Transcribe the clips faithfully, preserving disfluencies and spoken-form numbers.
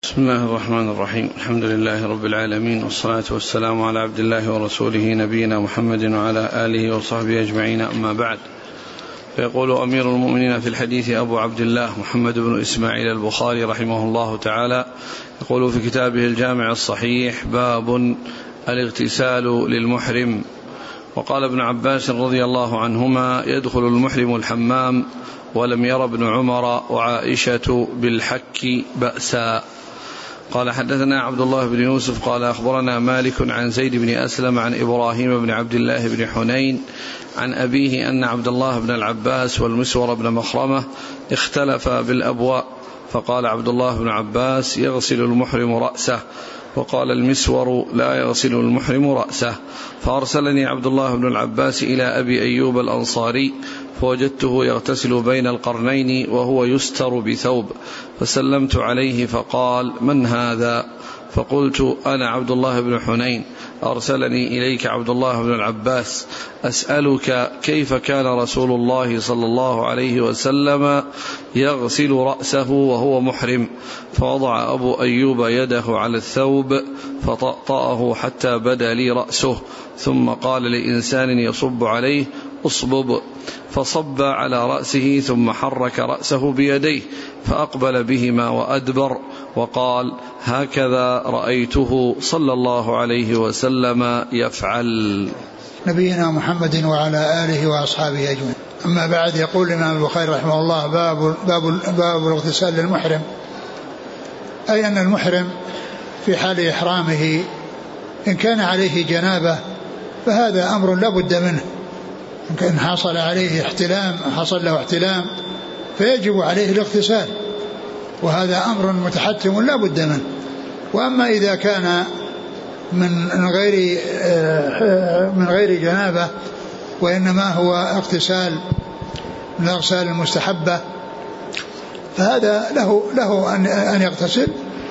بسم الله الرحمن الرحيم. الحمد لله رب العالمين، والصلاة والسلام على عبد الله ورسوله نبينا محمد وعلى آله وصحبه أجمعين، أما بعد. فيقول أمير المؤمنين في الحديث أبو عبد الله محمد بن إسماعيل البخاري رحمه الله تعالى، يقول في كتابه الجامع الصحيح: باب الاغتسال للمحرم. وقال ابن عباس رضي الله عنهما: يدخل المحرم الحمام، ولم ير ابن عمر وعائشة بالحك بأسا. قال: حدثنا عبد الله بن يوسف قال: أخبرنا مالك عن زيد بن أسلم عن إبراهيم بن عبد الله بن حنين عن أبيه أن عبد الله بن العباس والمسور بن مخرمة اختلفا بالأبواء، فقال عبد الله بن عباس: يغسل المحرم رأسه، وقال المسور: لا يغسل المحرم رأسه. فأرسلني عبد الله بن العباس إلى أبي أيوب الأنصاري، فوجدته يغتسل بين القرنين وهو يستر بثوب، فسلمت عليه فقال: من هذا؟ فقلت: أنا عبد الله بن حنين، أرسلني إليك عبد الله بن العباس أسألك كيف كان رسول الله صلى الله عليه وسلم يغسل رأسه وهو محرم. فوضع أبو أيوب يده على الثوب فطأطأه حتى بدا لي رأسه، ثم قال لإنسان يصب عليه: اصبب، فصب على رأسه، ثم حرك رأسه بيديه فأقبل بهما وأدبر، وقال: هكذا رأيته صلى الله عليه وسلم يفعل. نبينا محمد وعلى آله وأصحابه أجمعين. أما بعد، يقول الإمام البخاري رحمه الله: باب, باب, باب الاغتسال للمحرم، أي أن المحرم في حال إحرامه إن كان عليه جنابة فهذا أمر لا بد منه. إن كان حصل عليه احتلام حصل له احتلام فيجب عليه الاغتسال، وهذا أمر متحتم لا بد منه. وأما إذا كان من غير من غير جنابة وإنما هو اغتسال من الأغسال المستحبة فهذا له له أن يغتسل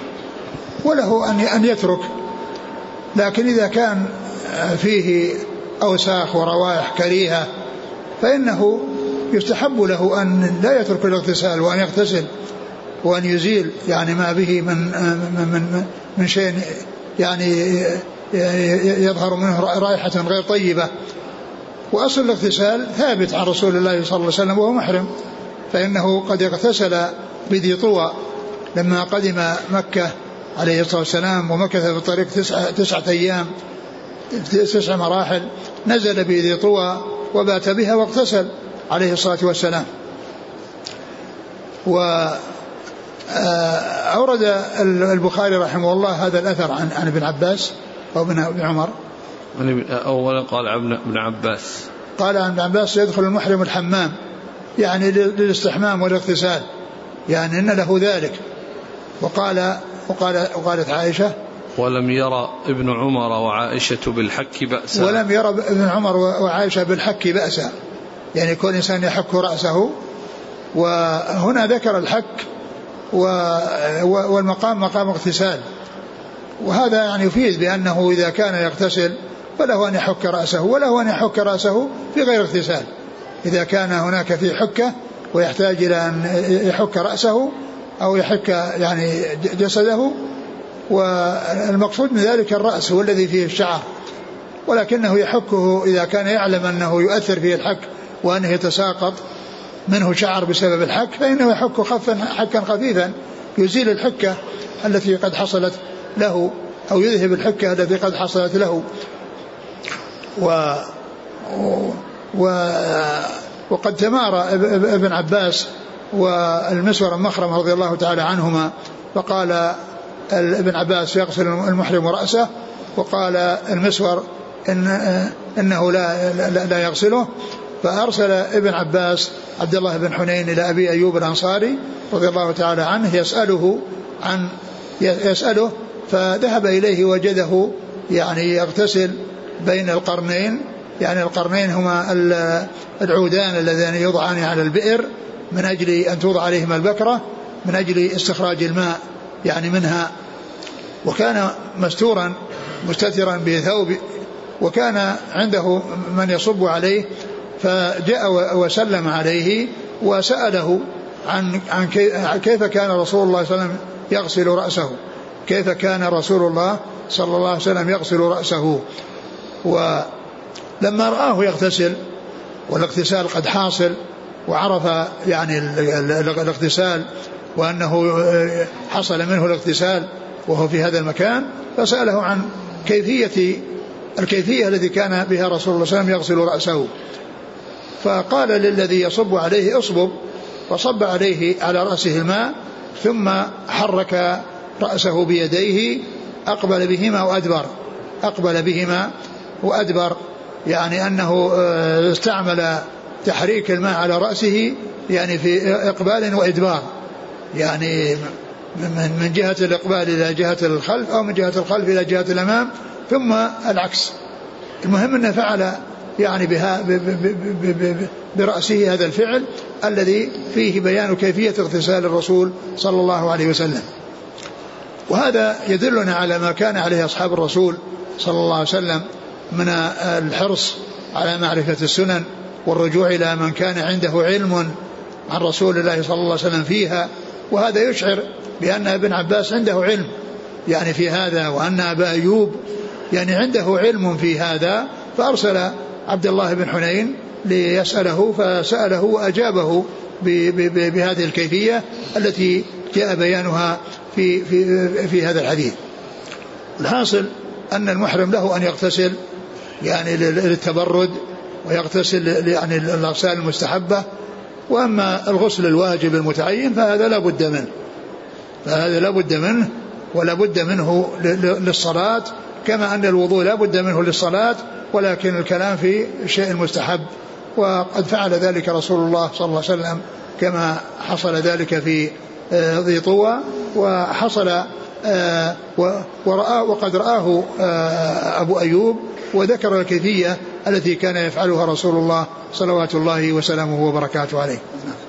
وله أن يترك. لكن إذا كان فيه أوساخ وروائح كريهة فإنه يستحب له أن لا يترك الاغتسال وأن يغتسل وأن يزيل يعني ما به من من من, من شيء يعني يظهر منه رائحة غير طيبة. وأصل الاغتسال ثابت عن رسول الله صلى الله عليه وسلم وهو محرم، فإنه قد اغتسل بذي طوى لما قدم مكة عليه الصلاة والسلام، ومكث في الطريق تسعة, تسعة أيام تسع مراحل، نزل بذي طوى وبات بها واغتسل عليه الصلاة والسلام. وأورد البخاري رحمه الله هذا الأثر عن, عن ابن عباس أو ابن عمر. أولا قال ابن عباس قال عن ابن عباس: يدخل المحرم الحمام، يعني للاستحمام والاغتسال، يعني إن له ذلك. وقال وقال وقالت عائشة: ولم يرى ابن عمر وعائشة بالحك بأسا. ولم يرى ابن عمر وعائشة بالحك بأسا، يعني كل إنسان يحك رأسه. وهنا ذكر الحك والمقام مقام اغتسال، وهذا يعني يفيد بأنه إذا كان يغتسل فله أن يحك رأسه وله أن يحك رأسه في غير اغتسال. إذا كان هناك في حكة ويحتاج إلى أن يحك رأسه أو يحك يعني جسده، والمقصود من ذلك الرأس هو الذي فيه الشعر، ولكنه يحكه إذا كان يعلم أنه يؤثر فيه الحك وأنه يتساقط منه شعر بسبب الحك، فإنه يحك خفا حكا خفيفا يزيل الحكة التي قد حصلت له، أو يذهب الحكة التي قد حصلت له. و و وقد تمارى ابن عباس والمسور المخرم رضي الله تعالى عنهما، فقال ابن عباس: يغسل المحرم رأسه، وقال المسور إن إنه لا, لا, لا يغسله. فأرسل ابن عباس عبد الله بن حنين إلى أبي أيوب الأنصاري رضي الله تعالى عنه يسأله عن يسأله فذهب إليه وجده يعني يغتسل بين القرنين، يعني القرنين هما العودان اللذان يوضعان على البئر من أجل أن توضع عليهما البكرة من أجل استخراج الماء يعني منها. وكان مستورا مستترا بثوب، وكان عنده من يصب عليه، فجاء وسلم عليه وسأله عن عن كيف كان رسول الله صلى الله عليه وسلم يغسل رأسه، كيف كان رسول الله صلى الله عليه وسلم يغسل رأسه. ولما رآه يغتسل والاغتسال قد حاصل وعرف يعني الاغتسال وأنه حصل منه الاغتسال وهو في هذا المكان، فسأله عن كيفية الكيفية التي كان بها رسول الله صلى الله عليه وسلم يغسل رأسه. فقال للذي يصب عليه اصبب، وصب عليه على رأسه الماء، ثم حرك رأسه بيديه أقبل بهما وأدبر أقبل بهما وأدبر يعني أنه استعمل تحريك الماء على رأسه يعني في إقبال وإدبار، يعني من جهة الإقبال إلى جهة الخلف أو من جهة الخلف إلى جهة الأمام، ثم العكس. المهم أنه فعل يعني بها برأسه هذا الفعل الذي فيه بيان كيفية اغتسال الرسول صلى الله عليه وسلم. وهذا يدلنا على ما كان عليه أصحاب الرسول صلى الله عليه وسلم من الحرص على معرفة السنن والرجوع إلى من كان عنده علم عن رسول الله صلى الله عليه وسلم فيها. وهذا يشعر بأن ابن عباس عنده علم يعني في هذا، وأن أبا أيوب يعني عنده علم في هذا، فأرسل عبد الله بن حنين ليسأله، فسأله وأجابه بهذه الكيفية التي جاء بيانها في, في, في هذا الحديث. الحاصل أن المحرم له أن يغتسل يعني للتبرد، ويغتسل يعني الأغسال المستحبة. وأما الغسل الواجب المتعين فهذا لا بد منه فهذا لا بد منه ولا بد منه للصلاة، كما أن الوضوء لا بد منه للصلاة، ولكن الكلام في شيء مستحب. وقد فعل ذلك رسول الله صلى الله عليه وسلم كما حصل ذلك في ذي طوى، وحصل ورآه وقد رآه أبو أيوب، وذكر الكيفية التي كان يفعلها رسول الله صلوات الله وسلامه وبركاته عليه.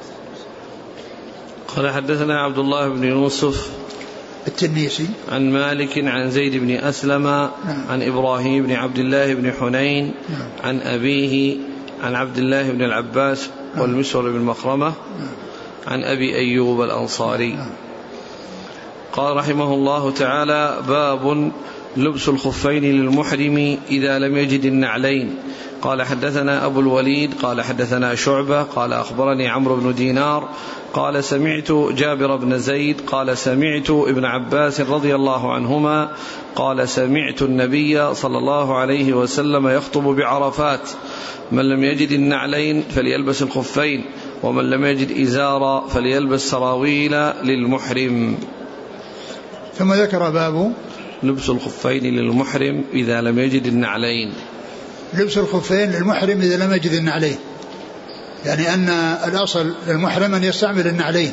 قال حدثنا عبد الله بن يوسف التنيسي عن مالك عن زيد بن أسلم عن إبراهيم بن عبد الله بن حنين عن أبيه عن عبد الله بن العباس والمسور بن مخرمة عن أبي أيوب الأنصاري. قال رحمه الله تعالى: باب لبس الخفين للمحرم إذا لم يجد النعلين. قال حدثنا أبو الوليد قال حدثنا شعبة قال أخبرني عمرو بن دينار قال سمعت جابر بن زيد قال سمعت ابن عباس رضي الله عنهما قال سمعت النبي صلى الله عليه وسلم يخطب بعرفات: من لم يجد النعلين فليلبس الخفين، ومن لم يجد إزارا فليلبس سراويل للمحرم. ثم ذكر باب لبس الخفين للمحرم إذا لم يجد النعلين. لبس الخفين للمحرم إذا لم يجد النعلين، يعني أن الأصل للمحرم أن يستعمل النعلين،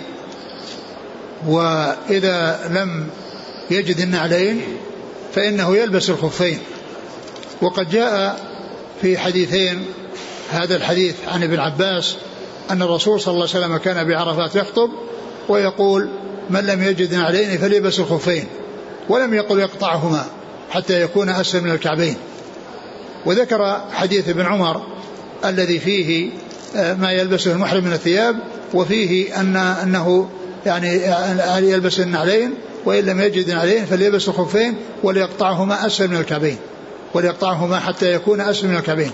وإذا لم يجد النعلين فإنه يلبس الخفين. وقد جاء في حديثين، هذا الحديث عن ابن عباس أن الرسول صلى الله عليه وسلم كان بعرفات يخطب ويقول: من لم يجد نعلين فليلبس الخفين، ولم يقل يقطعهما حتى يكون أسفل من الكعبين. وذكر حديث ابن عمر الذي فيه ما يلبسه المحرم من الثياب، وفيه أن أنه يعني يلبس النعلين، وإن لم يجد نعلين فليلبس الخفين وليقطعهما أسفل من الكعبين وليقطعهما حتى يكون أسفل من الكعبين.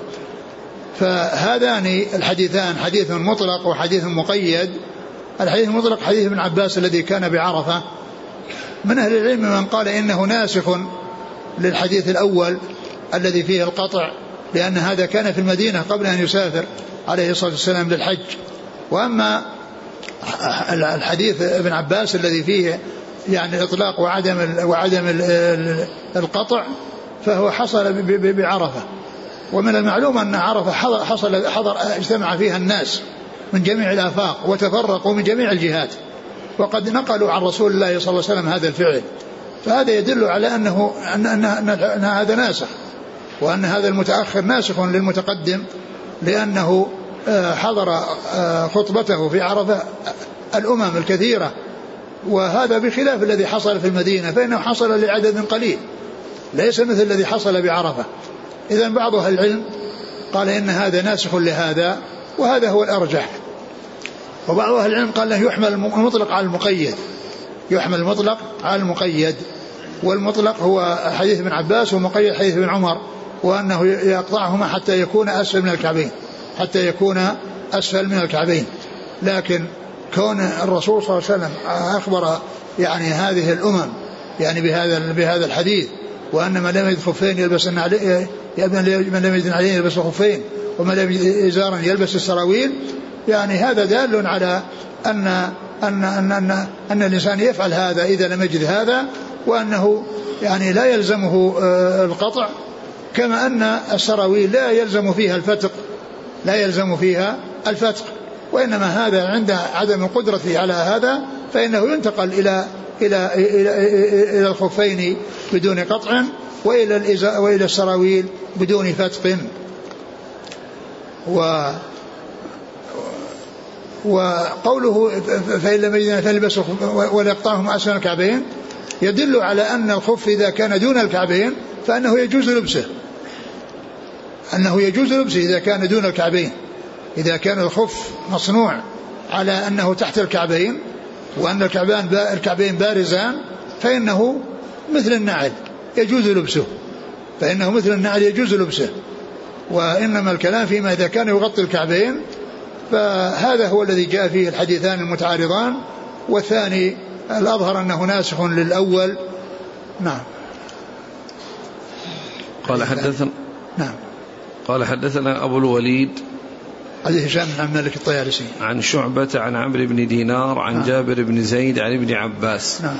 فهذان الحديثان حديث مطلق وحديث مقيد. الحديث المطلق حديث ابن عباس الذي كان بعرفة. من أهل العلم من قال إنه ناسخ للحديث الأول الذي فيه القطع، لأن هذا كان في المدينة قبل أن يسافر عليه الصلاة والسلام للحج. وأما الحديث ابن عباس الذي فيه يعني الإطلاق وعدم وعدم القطع فهو حصل بعرفة. ومن المعلوم أن عرفة حصل حضر اجتمع فيها الناس من جميع الآفاق وتفرقوا من جميع الجهات، وقد نقلوا عن رسول الله صلى الله عليه وسلم هذا الفعل. فهذا يدل على أنه أن, أن, أن, أن هذا ناسخ، وأن هذا المتأخر ناسخ للمتقدم، لأنه حضر خطبته في عرفة الأمم الكثيرة، وهذا بخلاف الذي حصل في المدينة، فإنه حصل لعدد قليل ليس مثل الذي حصل بعرفة. إذن بعض أهل العلم قال إن هذا ناسخ لهذا، وهذا هو الأرجح. وبعض أهل العلم قال له يحمل المطلق على المقيد، يحمل المطلق على المقيد، والمطلق هو حديث ابن عباس ومقيد حديث ابن عمر، وأنه يقطعهما حتى يكون أسفل من الكعبين، حتى يكون أسفل من الكعبين. لكن كون الرسول صلى الله عليه وسلم أخبر يعني هذه الأمم يعني بهذا بهذا الحديث، وأن من لم يجد خفين يلبس النعلين، من لم يجد نعلين يلبس الخفين، ومن لم يجد إزارا يلبس السراويل، يعني هذا دال على أن أن أن أن, أن الإنسان يفعل هذا إذا لم يجد هذا، وأنه يعني لا يلزمه القطع، كما أن السراويل لا يلزم فيها الفتق، لا يلزم فيها الفتق، وإنما هذا عند عدم القدرة على هذا فإنه ينتقل إلى إلى إلى, إلى الخفين بدون قطع، وإلى الإزاء وإلى السراويل بدون فتق. و وقوله فإن لم يجد فليلبس وليقطعهم أسفل الكعبين يدل على أن الخف إذا كان دون الكعبين فإنه يجوز لبسه، أنه يجوز لبسه إذا كان دون الكعبين. إذا كان الخف مصنوع على أنه تحت الكعبين وأن الكعبين الكعبين بارزان فإنه مثل النعل يجوز لبسه، فإنه مثل النعل يجوز لبسه. وإنما الكلام فيما إذا كان يغطي الكعبين، فهذا هو الذي جاء فيه الحديثان المتعارضان، والثاني الأظهر أنه ناسخ للأول. نعم. قال حدثنا نعم قال حدثنا أبو الوليد حديث هشام بن عبد الملك الطيالسي عن شعبة عن عمرو بن دينار عن نعم. جابر بن زيد عن ابن عباس. نعم.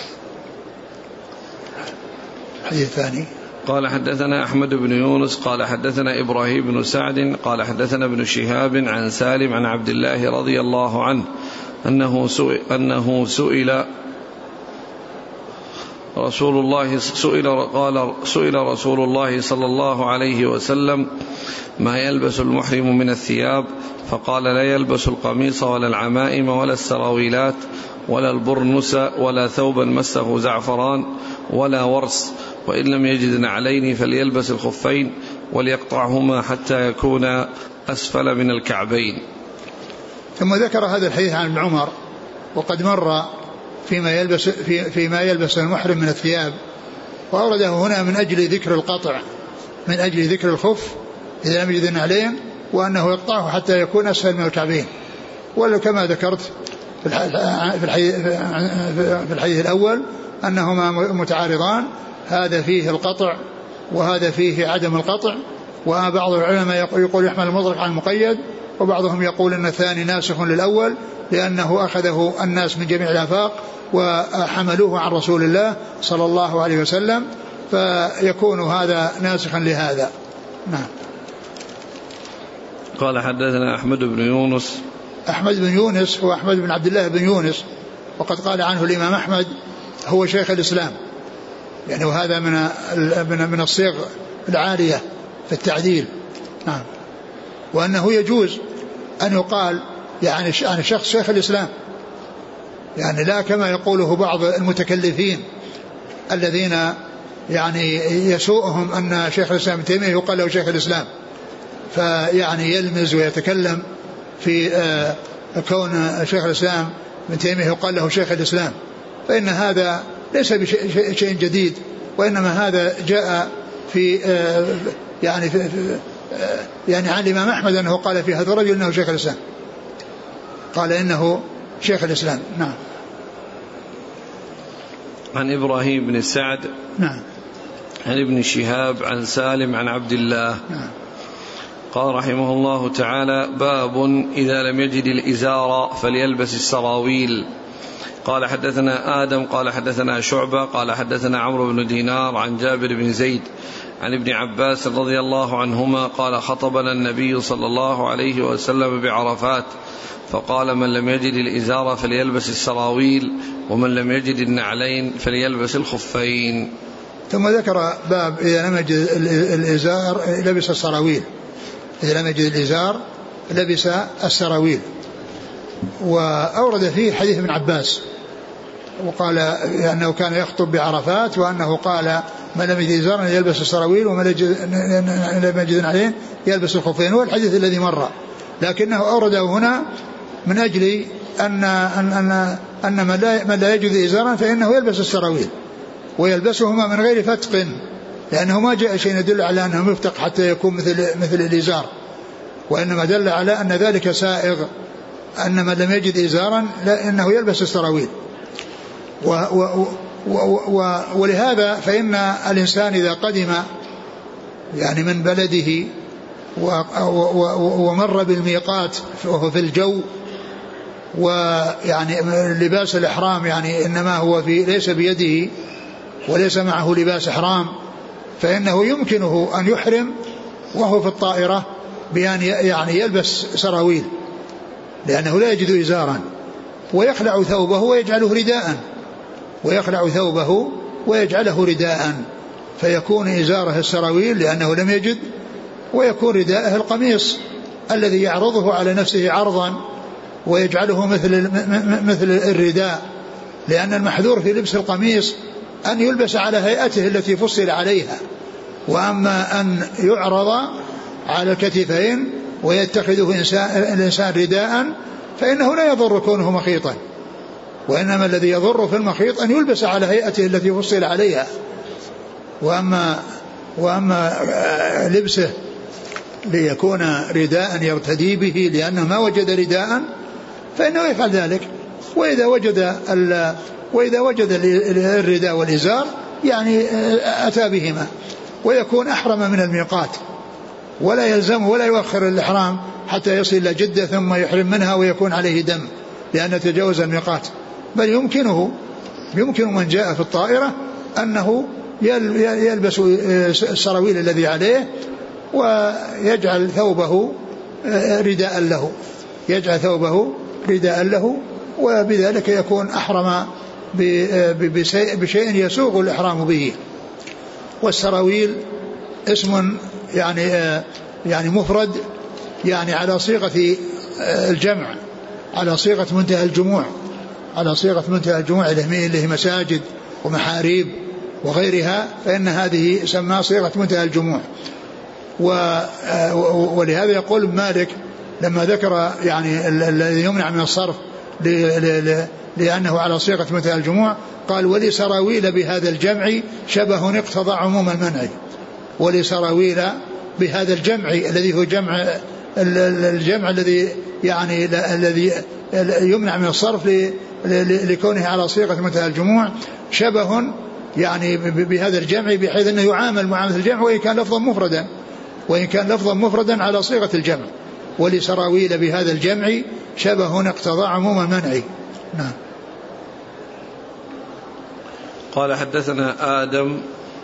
الحديث الثاني قال حدثنا أحمد بن يونس قال حدثنا إبراهيم بن سعد قال حدثنا ابن شهاب عن سالم عن عبد الله رضي الله عنه أنه سئل, أنه سئل رسول الله سئل قال سئل رسول الله صلى الله عليه وسلم ما يلبس المحرم من الثياب، فقال لا يلبس القميص ولا العمائم ولا السراويلات ولا البرنس ولا ثوبا مسه زعفران ولا ورس، وإن لم يجد نعلين فليلبس الخفين وليقطعهما حتى يكون أسفل من الكعبين. ثم ذكر هذا الحديث عن ابن عمر وقد مر فيما يلبس في فيما يلبس المحرم من الثياب، وأورده هنا من أجل ذكر القطع، من أجل ذكر الخف إذا لم يجد نعلين، وأنه يقطعه حتى يكون أسفل من الكعبين. ولو كما ذكرت في الحديث, في الحديث الأول أنهما متعارضان، هذا فيه القطع وهذا فيه عدم القطع، وبعض العلماء يقول يحمل المطلق على المقيد، وبعضهم يقول أن الثاني ناسخ للأول لأنه أخذه الناس من جميع الآفاق وحملوه عن رسول الله صلى الله عليه وسلم، فيكون هذا ناسخا لهذا. نعم. قال حدثنا أحمد بن يونس أحمد بن يونس هو أحمد بن عبد الله بن يونس، وقد قال عنه الإمام أحمد هو شيخ الإسلام، يعني وهذا من من من الصيغ العالية في التعديل. نعم. وأنه يجوز أن يقال يعني عن شخص شيخ الإسلام، يعني لا كما يقوله بعض المتكلفين الذين يعني يسوءهم أن شيخ الإسلام ابن تيمية يقال له شيخ الإسلام، فيعني يلمز ويتكلم في كون شيخ الإسلام ابن تيمية يقال له شيخ الإسلام، فإن هذا ليس بشيء جديد، وإنما هذا جاء في يعني في يعني عن الإمام أحمد أنه قال في هذا الرجل أنه شيخ الإسلام، قال إنه شيخ الإسلام. نعم. عن إبراهيم بن سعد نعم عن ابن شهاب عن سالم عن عبد الله. نعم. قال رحمه الله تعالى: باب إذا لم يجد الإزار فليلبس السراويل. قال حدثنا آدم قال حدثنا شعبة قال حدثنا عمرو بن دينار عن جابر بن زيد عن ابن عباس رضي الله عنهما قال: خطبنا النبي صلى الله عليه وسلم بعرفات فقال: من لم يجد الإزار فليلبس السراويل، ومن لم يجد النعلين فليلبس الخفين. ثم ذكر باب إذا لم يجد الإزار لبس السراويل، إذا لم يجد الإزار لبس السراويل. وأورد فيه حديث ابن عباس وقال أنه كان يخطب بعرفات، وأنه قال: من لم يجد إزارا يلبس السراويل، ومن لم يجد عليه يلبس الخفين. هو الحديث الذي مر، لكنه أورده هنا من أجل أن, أن, أن, أن من, لا من لا يجد إزارا فإنه يلبس السراويل ويلبسهما من غير فتق، لأنه ما جاء شيء يدل على أنه مفتق حتى يكون مثل, مثل الإزار، وإنما دل على أن ذلك سائغ، أن من لم يجد إزارا لأنه يلبس السراويل. و و و ولهذا فإن الإنسان إذا قدم يعني من بلده ومر بالميقات وهو في الجو، ويعني لباس الإحرام يعني إنما هو في ليس بيده وليس معه لباس إحرام، فإنه يمكنه أن يحرم وهو في الطائرة بأن يعني يلبس سراويل لأنه لا يجد إزارا، ويخلع ثوبه ويجعله رداء ويخلع ثوبه ويجعله رداء فيكون إزاره السراويل لأنه لم يجد، ويكون رداءه القميص الذي يعرضه على نفسه عرضا ويجعله مثل مثل الرداء، لأن المحذور في لبس القميص أن يلبس على هيئته التي فصل عليها، وأما أن يعرض على الكتفين ويتخذه الإنسان رداء فإنه لا يضر كونه مخيطا، وإنما الذي يضر في المخيط أن يلبس على هيئته التي فصل عليها. وأما, وأما لبسه ليكون رداء يرتدي به لأنه ما وجد رداء فإنه يفعل ذلك، وإذا وجد وإذا وجد الرداء والإزار يعني أتى بهما، ويكون أحرم من الميقات ولا يلزم ولا يؤخر الإحرام حتى يصل إلى جدة ثم يحرم منها ويكون عليه دم لأن تجاوز الميقات، بل يمكنه يمكن من جاء في الطائرة أنه يلبس السراويل الذي عليه ويجعل ثوبه رداء له يجعل ثوبه رداء له وبذلك يكون أحرم بشيء يسوغ الإحرام به. والسراويل اسم يعني يعني مفرد يعني على صيغة الجمع، على صيغة منتهى الجموع، على صيغة منتهى الجموع اللي هي مساجد ومحاريب وغيرها، فإن هذه سماها صيغة منتهى الجموع. ولهذا يقول مالك لما ذكر يعني الذي يمنع من الصرف لأنه على صيغة منتهى الجموع قال ولسراويل بهذا الجمع شبه اقتضى عموم المنع، ولسراويل بهذا الجمع الذي هو جمع الجمع الذي يعني الذي يمنع من الصرف لكونه على صيغة منتهى الجموع شبه يعني بهذا الجمع بحيث أنه يعامل معاملة الجمع وإن كان لفظا مفردا وإن كان لفظا مفردا على صيغة الجمع. ولسراويل بهذا الجمع شبه اقتضى عموم المنع. نعم. قال حدثنا آدم.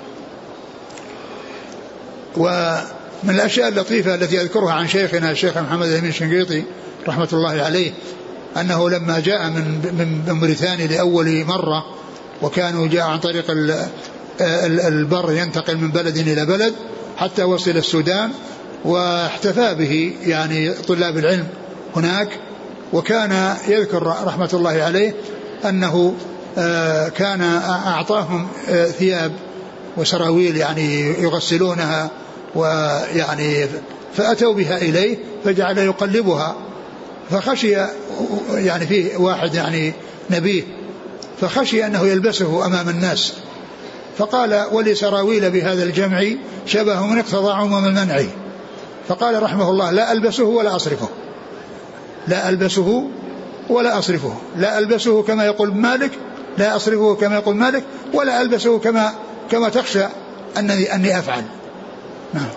ومن الأشياء اللطيفة التي أذكرها عن شيخنا الشيخ محمد الأمين الشنقيطي رحمة الله عليه أنه لما جاء من من موريتانيا لأول مرة وكانوا جاء عن طريق البر ينتقل من بلد إلى بلد حتى وصل السودان، واحتفى به يعني طلاب العلم هناك، وكان يذكر رحمة الله عليه أنه كان أعطاهم ثياب وسراويل يعني يغسلونها ويعني فأتوا بها إليه فجعل يقلبها، فخشي يعني فيه واحد يعني نبيه فخشي أنه يلبسه أمام الناس، فقال ولسراويل بهذا الجمع شبه من اقتضى عموم المنع، فقال رحمه الله لا ألبسه ولا أصرفه، لا ألبسه ولا أصرفه، لا ألبسه كما يقول مالك، لا أصرفه كما يقول مالك، ولا ألبسه كما كما تخشى أنني أني أفعل. نعم.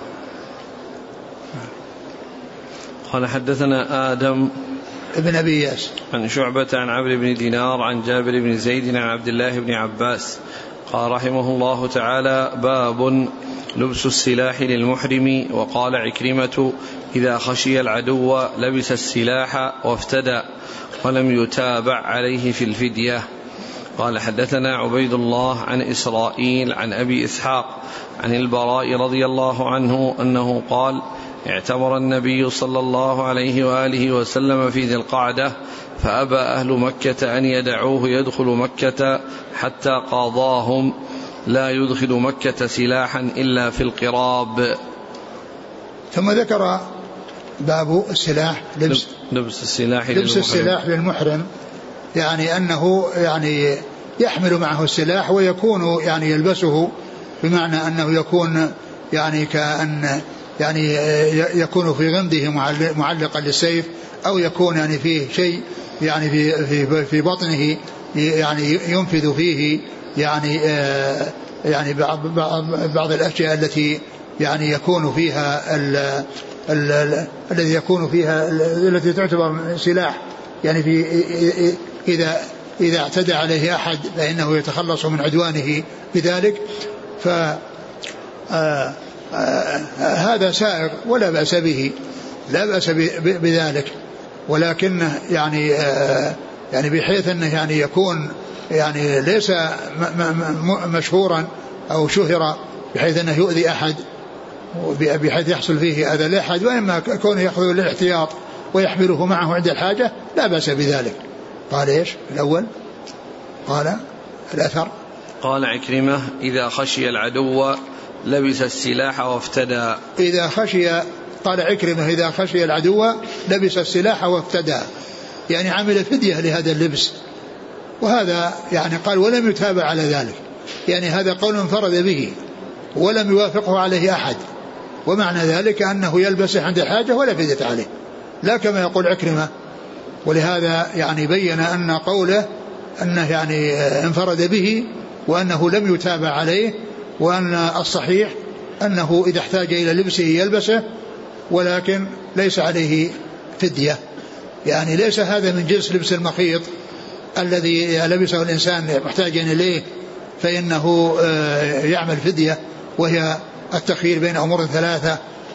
قال حدثنا آدم ابن أبي إياس عن شعبة عن عمرو بن دينار عن جابر بن زيد عن عبد الله بن عباس قال رحمه الله تعالى باب لبس السلاح للمحرم. وقال عكرمة إذا خشي العدو لبس السلاح وافتدى ولم يتابع عليه في الفدية. قال حدثنا عبيد الله عن إسرائيل عن أبي إسحاق عن البراء رضي الله عنه أنه قال اعتمر النبي صلى الله عليه وآله وسلم في ذي القعدة فأبى أهل مكة أن يدعوه يدخل مكة حتى قاضاهم لا يدخل مكة سلاحا إلا في القراب. ثم ذكر باب السلاح لبس لبس السلاح لبس السلاح للمحرم، يعني أنه يعني يحمل معه السلاح ويكون يعني يلبسه، بمعنى أنه يكون يعني كأن يعني يكون في غمده معلقا للسيف، أو يكون يعني فيه شيء يعني في في في بطنه يعني ينفذ فيه يعني آه يعني بعض بعض الأشياء التي يعني يكون فيها ال ال الذي يكون فيها التي تعتبر سلاح، يعني في إذا إذا اعتدى عليه أحد فإنه يتخلص من عدوانه بذلك. ف آه آه هذا سائغ ولا بأس به، لا بأس بذلك، ولكنه يعني آه يعني بحيث أنه يعني يكون يعني ليس مشهورا أو شهر بحيث أنه يؤذي أحد بحيث يحصل فيه أذى لأحد، وإما كونه يأخذ الاحتياط ويحمله معه عند الحاجة لا بأس بذلك. قال إيش الأول؟ قال الأثر قال عكرمة إذا خشي العدو لبس السلاح وافتدى. إذا خشي قال عكرمة إذا خشي العدو لبس السلاح وافتدى، يعني عمل فدية لهذا اللبس. وهذا يعني قال ولم يتابع على ذلك، يعني هذا قول انفرد به ولم يوافقه عليه أحد، ومعنى ذلك أنه يلبسه عند الحاجة ولا فدية عليه، لا كما يقول عكرمة. ولهذا يعني بين أن قوله أنه يعني انفرد به وأنه لم يتابع عليه، وأن الصحيح أنه إذا احتاج إلى لبسه يلبسه، ولكن ليس عليه فدية، يعني ليس هذا من جنس لبس المخيط الذي لبسه الإنسان محتاجا إليه فإنه يعمل فدية، وهي التخيير بين أمور ثلاثة: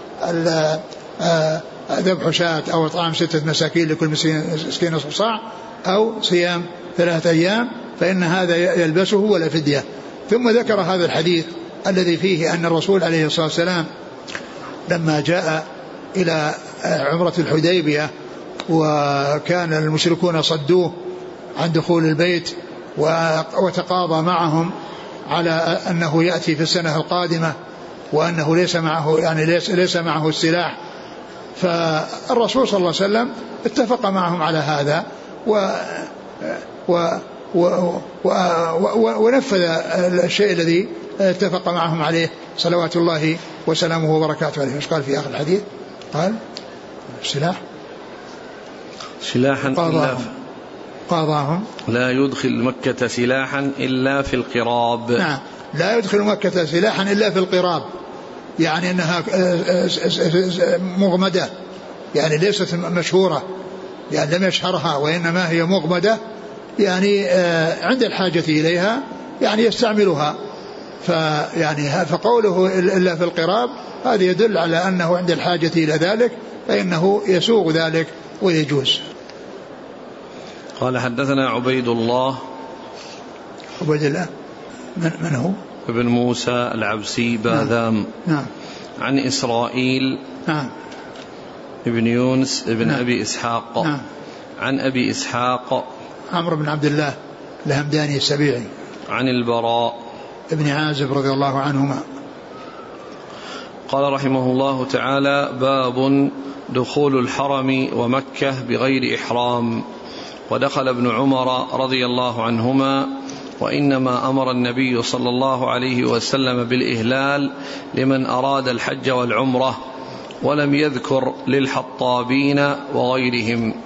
ذبح شاة أو إطعام ستة مساكين لكل مسكين نصف صاع أو صيام ثلاثة أيام، فإن هذا يلبسه ولا فدية. ثم ذكر هذا الحديث الذي فيه أن الرسول عليه الصلاة والسلام لما جاء إلى عمرة الحديبية وكان المشركون صدوه عن دخول البيت وتقاضى معهم على أنه يأتي في السنة القادمة وأنه ليس معه يعني ليس, ليس معه السلاح، فالرسول صلى الله عليه وسلم اتفق معهم على هذا و و و و و ونفذ الشيء الذي اتفق معهم عليه صلوات الله وسلامه وبركاته عليه. ايش قال في آخر الحديث؟ قال السلاح سلاحا إلا قاضاهم لا يدخل مكة سلاحا إلا في القراب. نعم، لا يدخل مكة سلاحا إلا في القراب، يعني أنها مغمدة، يعني ليست مشهورة، يعني لم يشهرها، وإنما هي مغمدة، يعني عند الحاجة إليها يعني يستعملها. فيعني فقوله إلا في القراب هذا يدل على أنه عند الحاجة إلى ذلك فإنه يسوغ ذلك ويجوز. قال حدثنا عبيد الله عبيد الله من, من هو؟ ابن موسى العبسي باذام. نعم. عن إسرائيل. نعم. ابن يونس ابن نعم. أبي إسحاق. نعم. عن أبي إسحاق عمرو بن عبد الله الهمداني السبيعي. عن البراء ابن عازب رضي الله عنهما. قال رحمه الله تعالى: باب دخول الحرم ومكة بغير إحرام. ودخل ابن عمر رضي الله عنهما، وإنما أمر النبي صلى الله عليه وسلم بالإهلال لمن أراد الحج والعمرة، ولم يذكر للحطابين وغيرهم.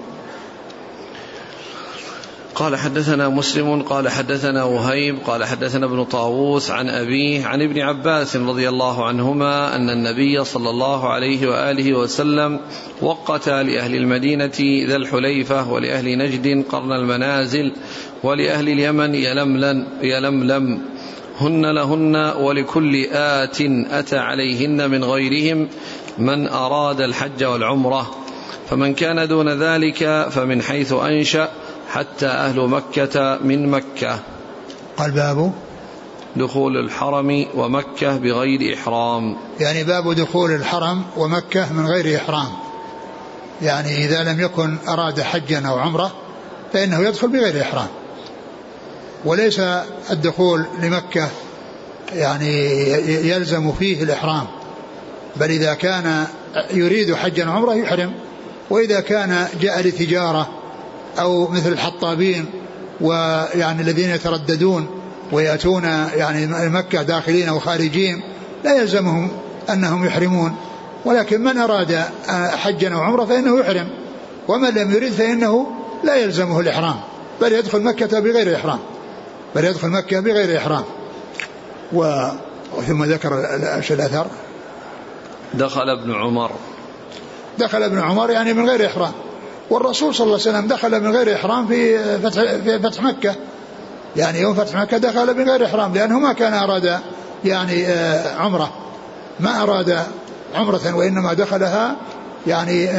قال حدثنا مسلم قال حدثنا وهيب قال حدثنا ابن طاووس عن أبيه عن ابن عباس رضي الله عنهما أن النبي صلى الله عليه وآله وسلم وقت لأهل المدينة ذا الحليفة ولأهل نجد قرن المنازل ولأهل اليمن يلملم, يلملم هن لهن ولكل آت أتى عليهن من غيرهم من أراد الحج والعمرة، فمن كان دون ذلك فمن حيث أنشأ حتى أهل مكة من مكة. قال باب دخول الحرم ومكة بغير إحرام، يعني باب دخول الحرم ومكة من غير إحرام، يعني إذا لم يكن أراد حجا أو عمرة فإنه يدخل بغير إحرام. وليس الدخول لمكة يعني يلزم فيه الإحرام، بل إذا كان يريد حجا وعمرة يحرم. وإذا كان جاء لتجارة أو مثل الحطابين ويعني الذين يترددون ويأتون يعني مكة داخلين وخارجين لا يلزمهم أنهم يحرمون، ولكن من أراد حجا وعمرة فإنه يحرم، ومن لم يرد فإنه لا يلزمه الإحرام، بل يدخل مكة بغير إحرام بل يدخل مكة بغير إحرام. و... ثم ذكر الأثر دخل ابن عمر دخل ابن عمر يعني من غير إحرام، والرسول صلى الله عليه وسلم دخل من غير إحرام في فتح, في فتح مكة، يعني يوم فتح مكة دخل من غير إحرام لأنه ما كان أراد يعني عمرة ما أراد عمرة وإنما دخلها يعني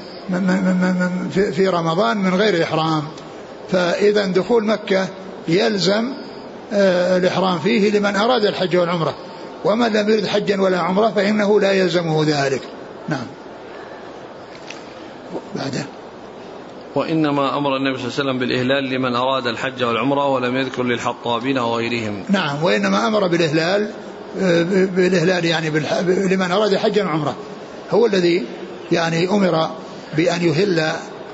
في رمضان من غير إحرام. فإذا دخول مكة يلزم الإحرام فيه لمن أراد الحج والعمرة، ومن لم يرد حجا ولا عمرة فإنه لا يلزمه ذلك. نعم. بعده وإنما أمر النبي صلى الله عليه وسلم بالإهلال لمن أراد الحج والعمرة ولم يذكر للحطابين وغيرهم. نعم، وإنما أمر بالإهلال بالإهلال يعني لمن أراد حجا وعمرة، هو الذي يعني أمر بأن يهل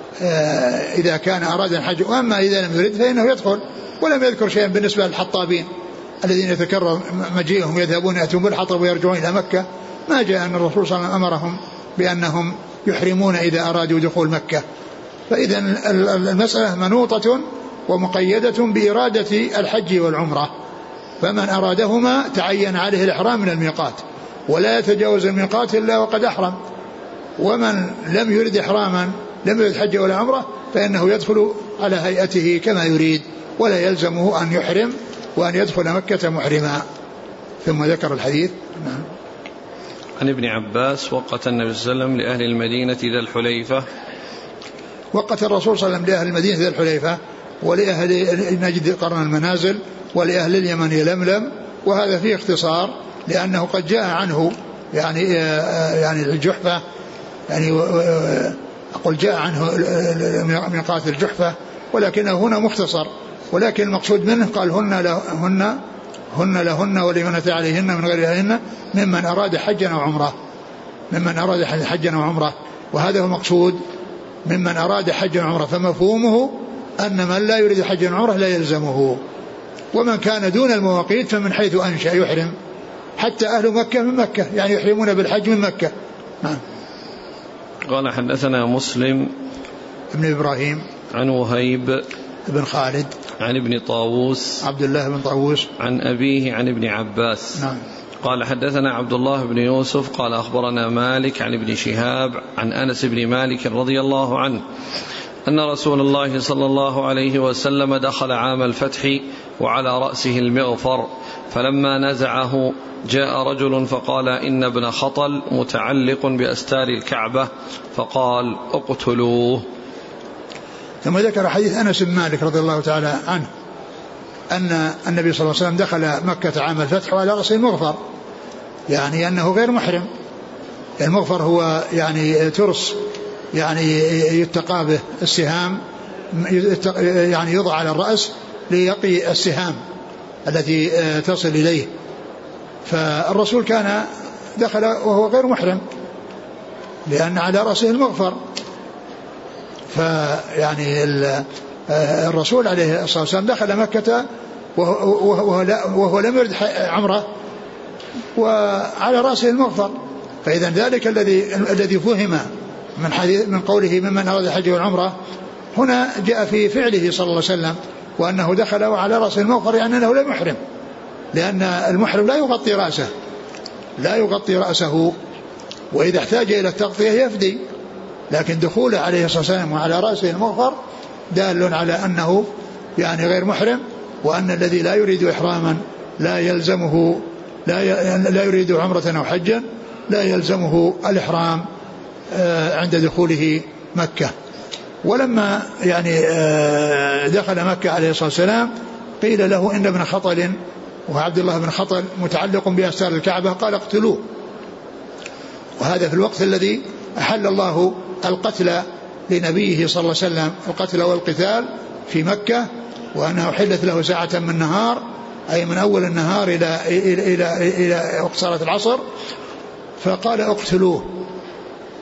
إذا كان أراد الحج، وأما إذا لم يرد فإنه يدخل. ولم يذكر شيئا بالنسبة للحطابين الذين يتكرر مجيئهم يذهبون يأتون بالحطب ويرجعون إلى مكة، ما جاء أن الرسول صلى الله عليه وسلم أمرهم بأنهم يحرمون إذا أرادوا دخول مكة. فإذا المسألة منوطة ومقيدة بإرادة الحج والعمرة، فمن أرادهما تعين عليه الإحرام من الميقات، ولا يتجاوز الميقات إلا وقد أحرم. ومن لم يرد إحراما لم يرد حج ولا عمرة فإنه يدخل على هيئته كما يريد، ولا يلزمه أن يحرم وأن يدخل مكة محرما. ثم ذكر الحديث. نعم. عن ابن عباس وقت النبي صلى الله عليه وسلم لأهل المدينة ذا الحليفة. وقت الرسول صلى الله عليه وسلم لأهل المدينة ذا الحليفة ولأهل نجد قرن المنازل ولأهل اليمن يلملم، وهذا فيه اختصار لأنه قد جاء عنه يعني يعني الجحفة، يعني أقول جاء عنه ميقات الجحفة، ولكنه هنا مختصر، ولكن المقصود منه قال هن لهن هن لهن ولمن أتى عليهن من غيرهن ممن أراد حجا أو عمرة ممن أراد حجا أو عمرة وهذا هو المقصود ممن أراد حجا أو عمرة. فمفهومه أن من لا يريد حجا أو عمرة لا يلزمه، ومن كان دون المواقيت فمن حيث أنشأ يحرم، حتى أهل مكة من مكة يعني يحرمون بالحج من مكة. نعم. قال حدثنا مسلم ابن إبراهيم عن وهيب ابن خالد عن ابن طاووس عبد الله بن طاووس عن أبيه عن ابن عباس. نعم. قال حدثنا عبد الله بن يوسف قال أخبرنا مالك عن ابن شهاب عن أنس بن مالك رضي الله عنه أن رسول الله صلى الله عليه وسلم دخل عام الفتح وعلى رأسه المغفر، فلما نزعه جاء رجل فقال إن ابن خطل متعلق بأستار الكعبة، فقال اقتلوه. ثم ذكر حديث أنس بن مالك رضي الله تعالى عنه أن النبي صلى الله عليه وسلم دخل مكة عام الفتح وعلى رأسه المغفر، يعني أنه غير محرم. المغفر هو يعني ترس يعني يتقى به السهام، يعني يوضع على الرأس ليقي السهام التي تصل إليه. فالرسول كان دخل وهو غير محرم لأن على رأسه المغفر، فيعني الرسول عليه الصلاة والسلام دخل مكة وهو, وهو لم يرد عمره وعلى رأسه المغفر. فإذا ذلك الذي الذي فهم من حديث من قوله ممن أراد الحج والعمرة هنا جاء في فعله صلى الله عليه وسلم، وأنه دخل وعلى رأسه المغفر يعني أنه لم يحرم، لأن المحرم لا يغطي رأسه لا يغطي رأسه وإذا احتاج إلى التغطية يفدي، لكن دخوله عليه الصلاة والسلام وعلى رأسه المغفر دال على أنه يعني غير محرم، وأن الذي لا يريد إحراما لا يلزمه لا لا يريد عمرة أو حجا لا يلزمه الإحرام عند دخوله مكة. ولما يعني دخل مكة عليه الصلاة والسلام قيل له إن ابن خطل وعبد الله بن خطل متعلق بأستار الكعبة، قال اقتلوه. وهذا في الوقت الذي أحل الله القتل لنبيه صلى الله عليه وسلم، القتل والقتال في مكة، وأنه أحلت له ساعة من النهار أي من أول النهار إلى إلى إلى إلى وقت صلاة العصر، فقال اقتلوه.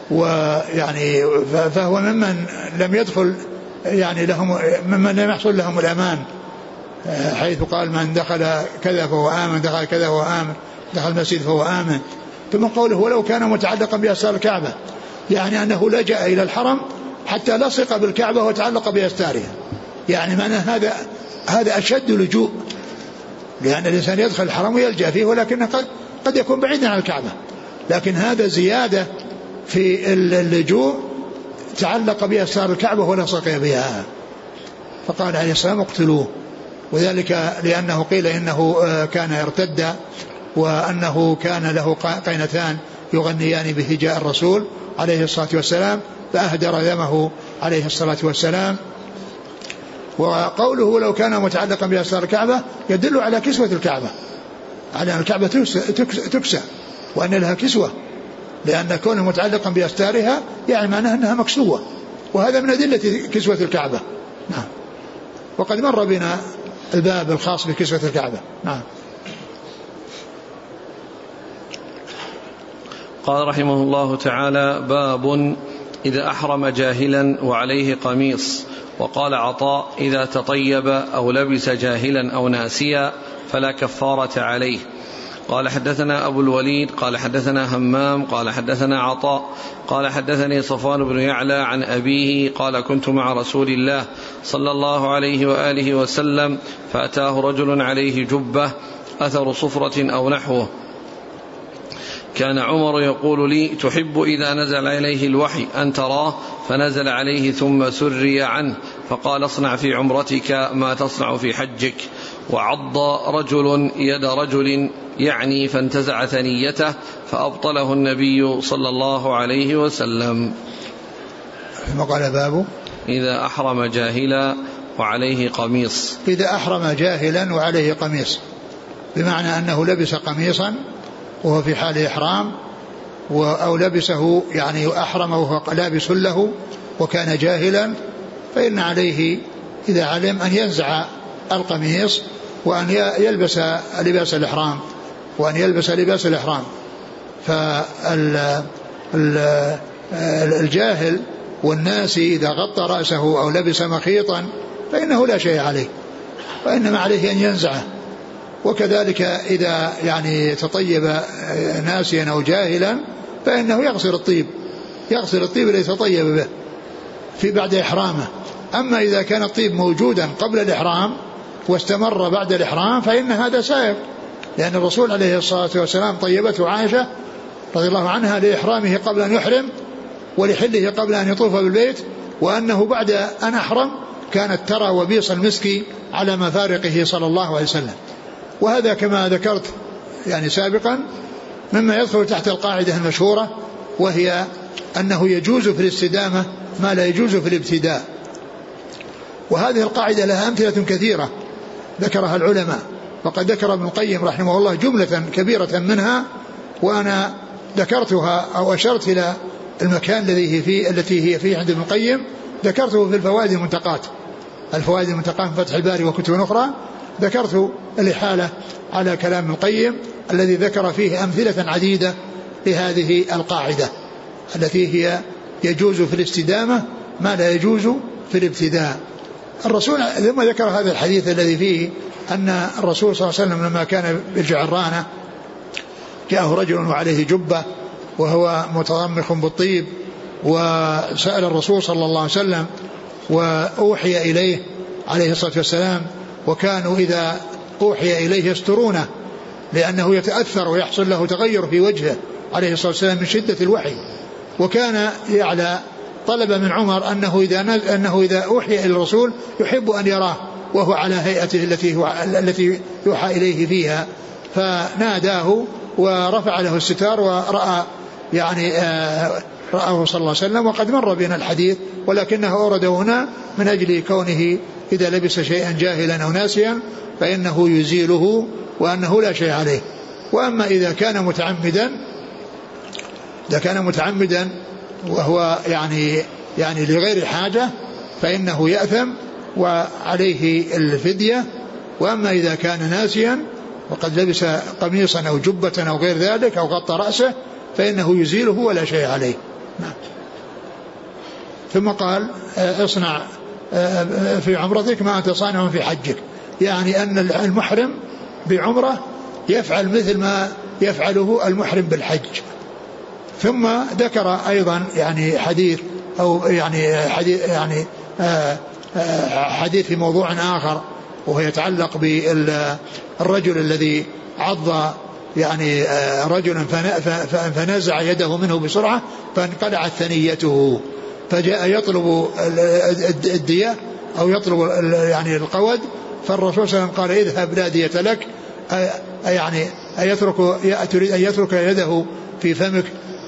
ويعني فهو ممن لم يدخل يعني لهم ممن لم يحصل لهم الأمان، حيث قال من دخل كذا فهو آمن، دخل كذا فهو آمن، دخل المسجد فهو آمن. ثم قوله ولو كان متعلقا بأستار الكعبة، يعني أنه لجأ إلى الحرم حتى لصق بالكعبة وتعلق بأستارها، يعني معنى هذا هذا أشد لجوء، لأن الإنسان يدخل الحرم ويلجأ فيه، ولكن قد, قد يكون بعيدا عن الكعبة، لكن هذا زيادة في اللجوء، تعلق بأستار الكعبة ولصق بها. فقال عليه السلام اقتلوه، وذلك لأنه قيل إنه كان ارتد، وأنه كان له قينتان يغنيان بهجاء الرسول عليه الصلاة والسلام، فأهدر دمه عليه الصلاة والسلام. وقوله لو كان متعلقا بأستار الكعبة يدل على كسوة الكعبة، على أن الكعبة تكسى وأن لها كسوة، لأن كونه متعلقا بأستارها يعني معناه أنها مكسوة، وهذا من أدلة كسوة الكعبة. نعم. وقد مر بنا الباب الخاص بكسوة الكعبة. نعم. قال رحمه الله تعالى: باب إذا أحرم جاهلا وعليه قميص. وقال عطاء: إذا تطيب أو لبس جاهلا أو ناسيا فلا كفارة عليه. قال حدثنا أبو الوليد قال حدثنا همام قال حدثنا عطاء قال حدثني صفوان بن يعلى عن أبيه قال: كنت مع رسول الله صلى الله عليه وآله وسلم فأتاه رجل عليه جبة أثر صفرة أو نحوه، كان عمر يقول لي: تحب إذا نزل إليه الوحي أن تراه؟ فنزل عليه ثم سري عنه، فقال: اصنع في عمرتك ما تصنع في حجك. وعض رجل يد رجل يعني فانتزع ثنيته فأبطله النبي صلى الله عليه وسلم. ثم قال: باب إذا أحرم جاهلا وعليه قميص. إذا أحرم جاهلا وعليه قميص، بمعنى أنه لبس قميصا وهو في حال إحرام، أو لبسه يعني أحرم وهو لابس له وكان جاهلا، فإن عليه إذا علم أن ينزع القميص وأن يلبس لباس الإحرام وأن يلبس لباس الإحرام. فالجاهل والناسي إذا غطى رأسه أو لبس مخيطا فإنه لا شيء عليه، وإنما عليه أن ينزعه. وكذلك إذا يعني تطيب ناسيا أو جاهلا فإنه يغسل الطيب يغسل الطيب الذي تطيب به في بعد إحرامه. أما إذا كان الطيب موجودا قبل الإحرام واستمر بعد الإحرام فإن هذا سائغ، لأن الرسول عليه الصلاة والسلام طيبته عائشة رضي الله عنها لإحرامه قبل أن يحرم ولحله قبل أن يطوف بالبيت، وأنه بعد أن أحرم كانت ترى وبيص المسك على مفارقه صلى الله عليه وسلم. وهذا كما ذكرت يعني سابقا مما يدخل تحت القاعدة المشهورة، وهي أنه يجوز في الاستدامة ما لا يجوز في الابتداء. وهذه القاعدة لها أمثلة كثيرة ذكرها العلماء، وقد ذكر ابن القيم رحمه الله جملة كبيرة منها، وأنا ذكرتها أو أشرت إلى المكان الذي هي فيه التي هي فيه عند ابن القيم، ذكرته في الفوائد المنتقات الفوائد المنتقات في فتح الباري وكتب أخرى، ذكرت الإحالة على كلام ابن القيم الذي ذكر فيه أمثلة عديدة لهذه القاعدة التي هي يجوز في الاستدامة ما لا يجوز في الابتداء. الرسول ثم ذكر هذا الحديث الذي فيه أن الرسول صلى الله عليه وسلم لما كان بالجعرانة جاءه رجل وعليه جبة وهو متضمخ بالطيب، وسأل الرسول صلى الله عليه وسلم وأوحي إليه عليه الصلاة والسلام، وكانوا إذا أوحي إليه يسترونه لأنه يتأثر ويحصل له تغير في وجهه عليه الصلاة والسلام من شدة الوحي. وكان يعلى طلب من عمر أنه إذا, أنه إذا أوحي إلى الرسول يحب أن يراه وهو على هيئته التي, هو التي يوحى إليه فيها، فناداه ورفع له الستار ورأى يعني آه رآه صلى الله عليه وسلم. وقد مر بنا الحديث ولكنه أورده هنا من أجل كونه إذا لبس شيئا جاهلا أو ناسيا فإنه يزيله وأنه لا شيء عليه. وأما إذا كان متعمدا إذا كان متعمدا وهو يعني يعني لغير حاجة فإنه يأثم وعليه الفدية. وأما إذا كان ناسيا وقد لبس قميصا أو جبة أو غير ذلك أو غطى رأسه فإنه يزيله ولا شيء عليه. نعم. ثم قال اصنع في عمرتك ما أنت صانع في حجك، يعني أن المحرم بعمرة يفعل مثل ما يفعله المحرم بالحج. ثم ذكر أيضا يعني حديث أو يعني حديث يعني حديث في موضوع آخر، وهو يتعلق بالرجل الذي عض يعني رجلا فنزع يده منه بسرعة فانقلعت ثنيته، فجاء يطلب الدية أو يطلب يعني القود، فالرسول صلى الله عليه وسلم قال اذهب لا دية لك، يعني يترك تريد أن يترك يده في فمك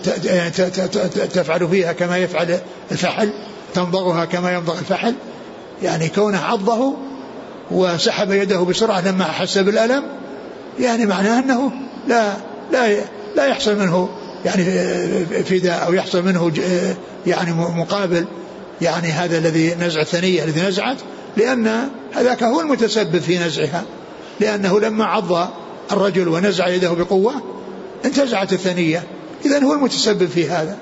تفعل فيها كما يفعل الفحل، تمضغها كما يمضغ الفحل، يعني كونه عضه وسحب يده بسرعة لما حس بالألم، يعني معناه أنه لا لا لا يحصل منه يعني فداء أو يحصل منه يعني مقابل يعني هذا الذي نزع الثنية الذي نزعت، لأن هذاك هو المتسبب في نزعها، لأنه لما عض الرجل ونزع يده بقوة انتزعت الثنية، إذن هو المتسبب في هذا.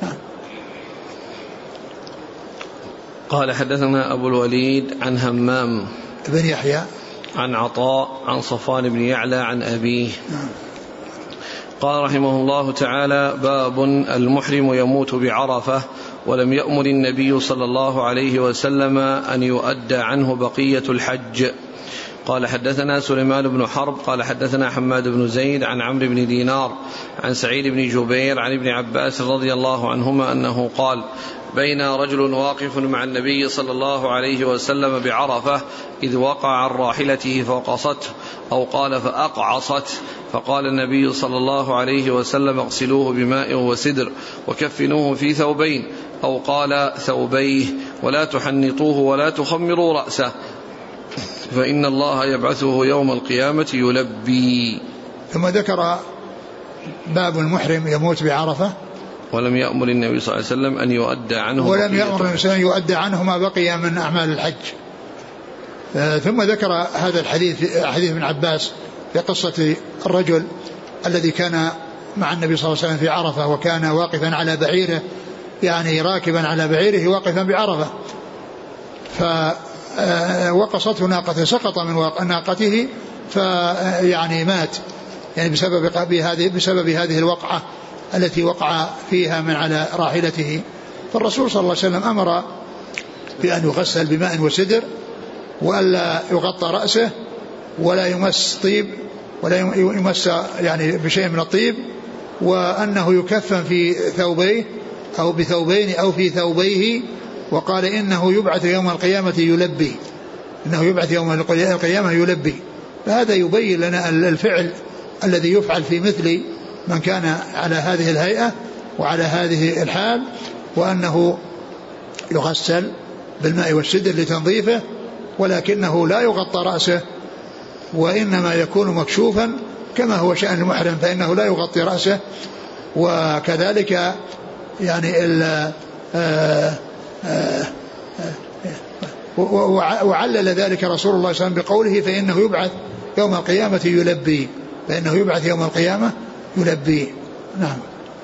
قال حدثنا أبو الوليد عن همام بن يحيى عن عطاء عن صفوان بن يعلى عن أبيه قال رحمه الله تعالى: باب المحرم يموت بعرفة ولم يأمر النبي صلى الله عليه وسلم أن يؤدى عنه بقية الحج. قال حدثنا سليمان بن حرب قال حدثنا حماد بن زيد عن عمرو بن دينار عن سعيد بن جبير عن ابن عباس رضي الله عنهما أنه قال: بين رجل واقف مع النبي صلى الله عليه وسلم بعرفة إذ وقع عن راحلته فوقصته، أو قال فأقعصته، فقال النبي صلى الله عليه وسلم: اغسلوه بماء وسدر وكفنوه في ثوبين، أو قال ثوبيه، ولا تحنطوه ولا تخمروا رأسه، فإن الله يبعثه يوم القيامة يلبي. ثم ذكر باب المحرم يموت بعرفة ولم يأمر النبي صلى الله عليه وسلم أن يؤدى عنه ولم يأمر النبي صلى الله عليه وسلم يؤدى عنه ما بقي من أعمال الحج. آه ثم ذكر هذا الحديث حديث ابن عباس في قصة الرجل الذي كان مع النبي صلى الله عليه وسلم في عرفة، وكان واقفا على بعيره، يعني راكبا على بعيره واقفا بعرفة، فوقصته ناقته، سقط من ناقته فيعني مات، يعني بسبب هذه بسبب هذه الوقعة التي وقع فيها من على راحلته. فالرسول صلى الله عليه وسلم أمر بأن يغسل بماء وسدر، وألا يغطى رأسه، ولا يمس طيب، ولا يمس يعني بشيء من الطيب، وأنه يكفن في ثوبيه أو بثوبين أو في ثوبيه، وقال إنه يبعث يوم القيامة يلبي، إنه يبعث يوم القيامة يلبي. فهذا يبين لنا الفعل الذي يفعل في مثل من كان على هذه الهيئة وعلى هذه الحال، وأنه يغسل بالماء والسدر لتنظيفه، ولكنه لا يغطى رأسه، وإنما يكون مكشوفا كما هو شأن المحرم، فإنه لا يغطي رأسه. وكذلك يعني ال وعلل ذلك رسول الله صلى الله عليه وسلم بقوله: فإنه يبعث يوم القيامة يلبي، فإنه يبعث يوم القيامة يلبي. نعم.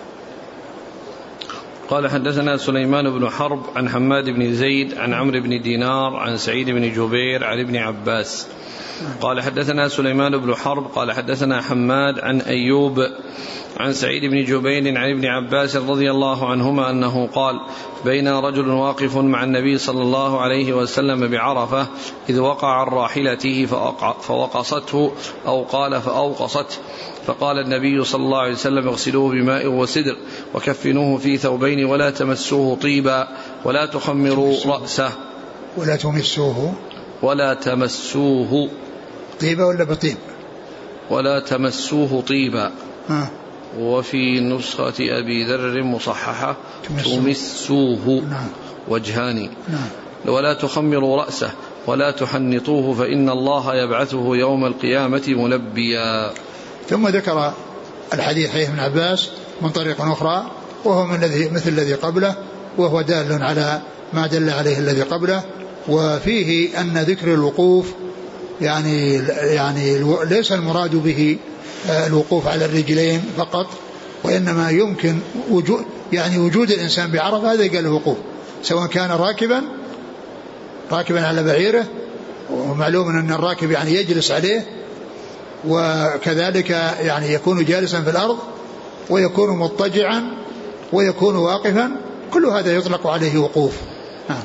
قال حدثنا سليمان بن حرب عن حماد بن زيد عن عمرو بن دينار عن سعيد بن جبير عن ابن عباس قال حدثنا سليمان بن حرب قال حدثنا حماد عن أيوب عن سعيد بن جبير عن ابن عباس رضي الله عنهما أنه قال: بين رجل واقف مع النبي صلى الله عليه وسلم بعرفة إذ وقع عن راحلته فوقصته، أو قال فأوقصته، فقال النبي صلى الله عليه وسلم: اغسلوه بماء وسدر وكفنوه في ثوبين ولا تمسوه طيبا ولا تخمروا رأسه ولا تمسوه ولا تمسوه طيبا ولا بطيب ولا تمسوه طيبا ها. وفي نسخة أبي ذر مصححة تمسوه, تمسوه نعم. وجهان نعم. ولا تخمروا رأسه ولا تحنطوه فإن الله يبعثه يوم القيامة ملبيا. ثم ذكر الحديث حديث ابن عباس من طريق أخرى، وهو من الذي مثل الذي قبله، وهو دال على ما دل عليه الذي قبله. وفيه أن ذكر الوقوف يعني يعني ليس المراد به الوقوف على الرجلين فقط، وإنما يمكن وجود يعني وجود الإنسان بعرفة هذا قال له وقوف، سواء كان راكبا راكبا على بعيره، ومعلوم أن الراكب يعني يجلس عليه، وكذلك يعني يكون جالسا في الأرض، ويكون مضطجعا، ويكون واقفا، كل هذا يطلق عليه وقوف. آه.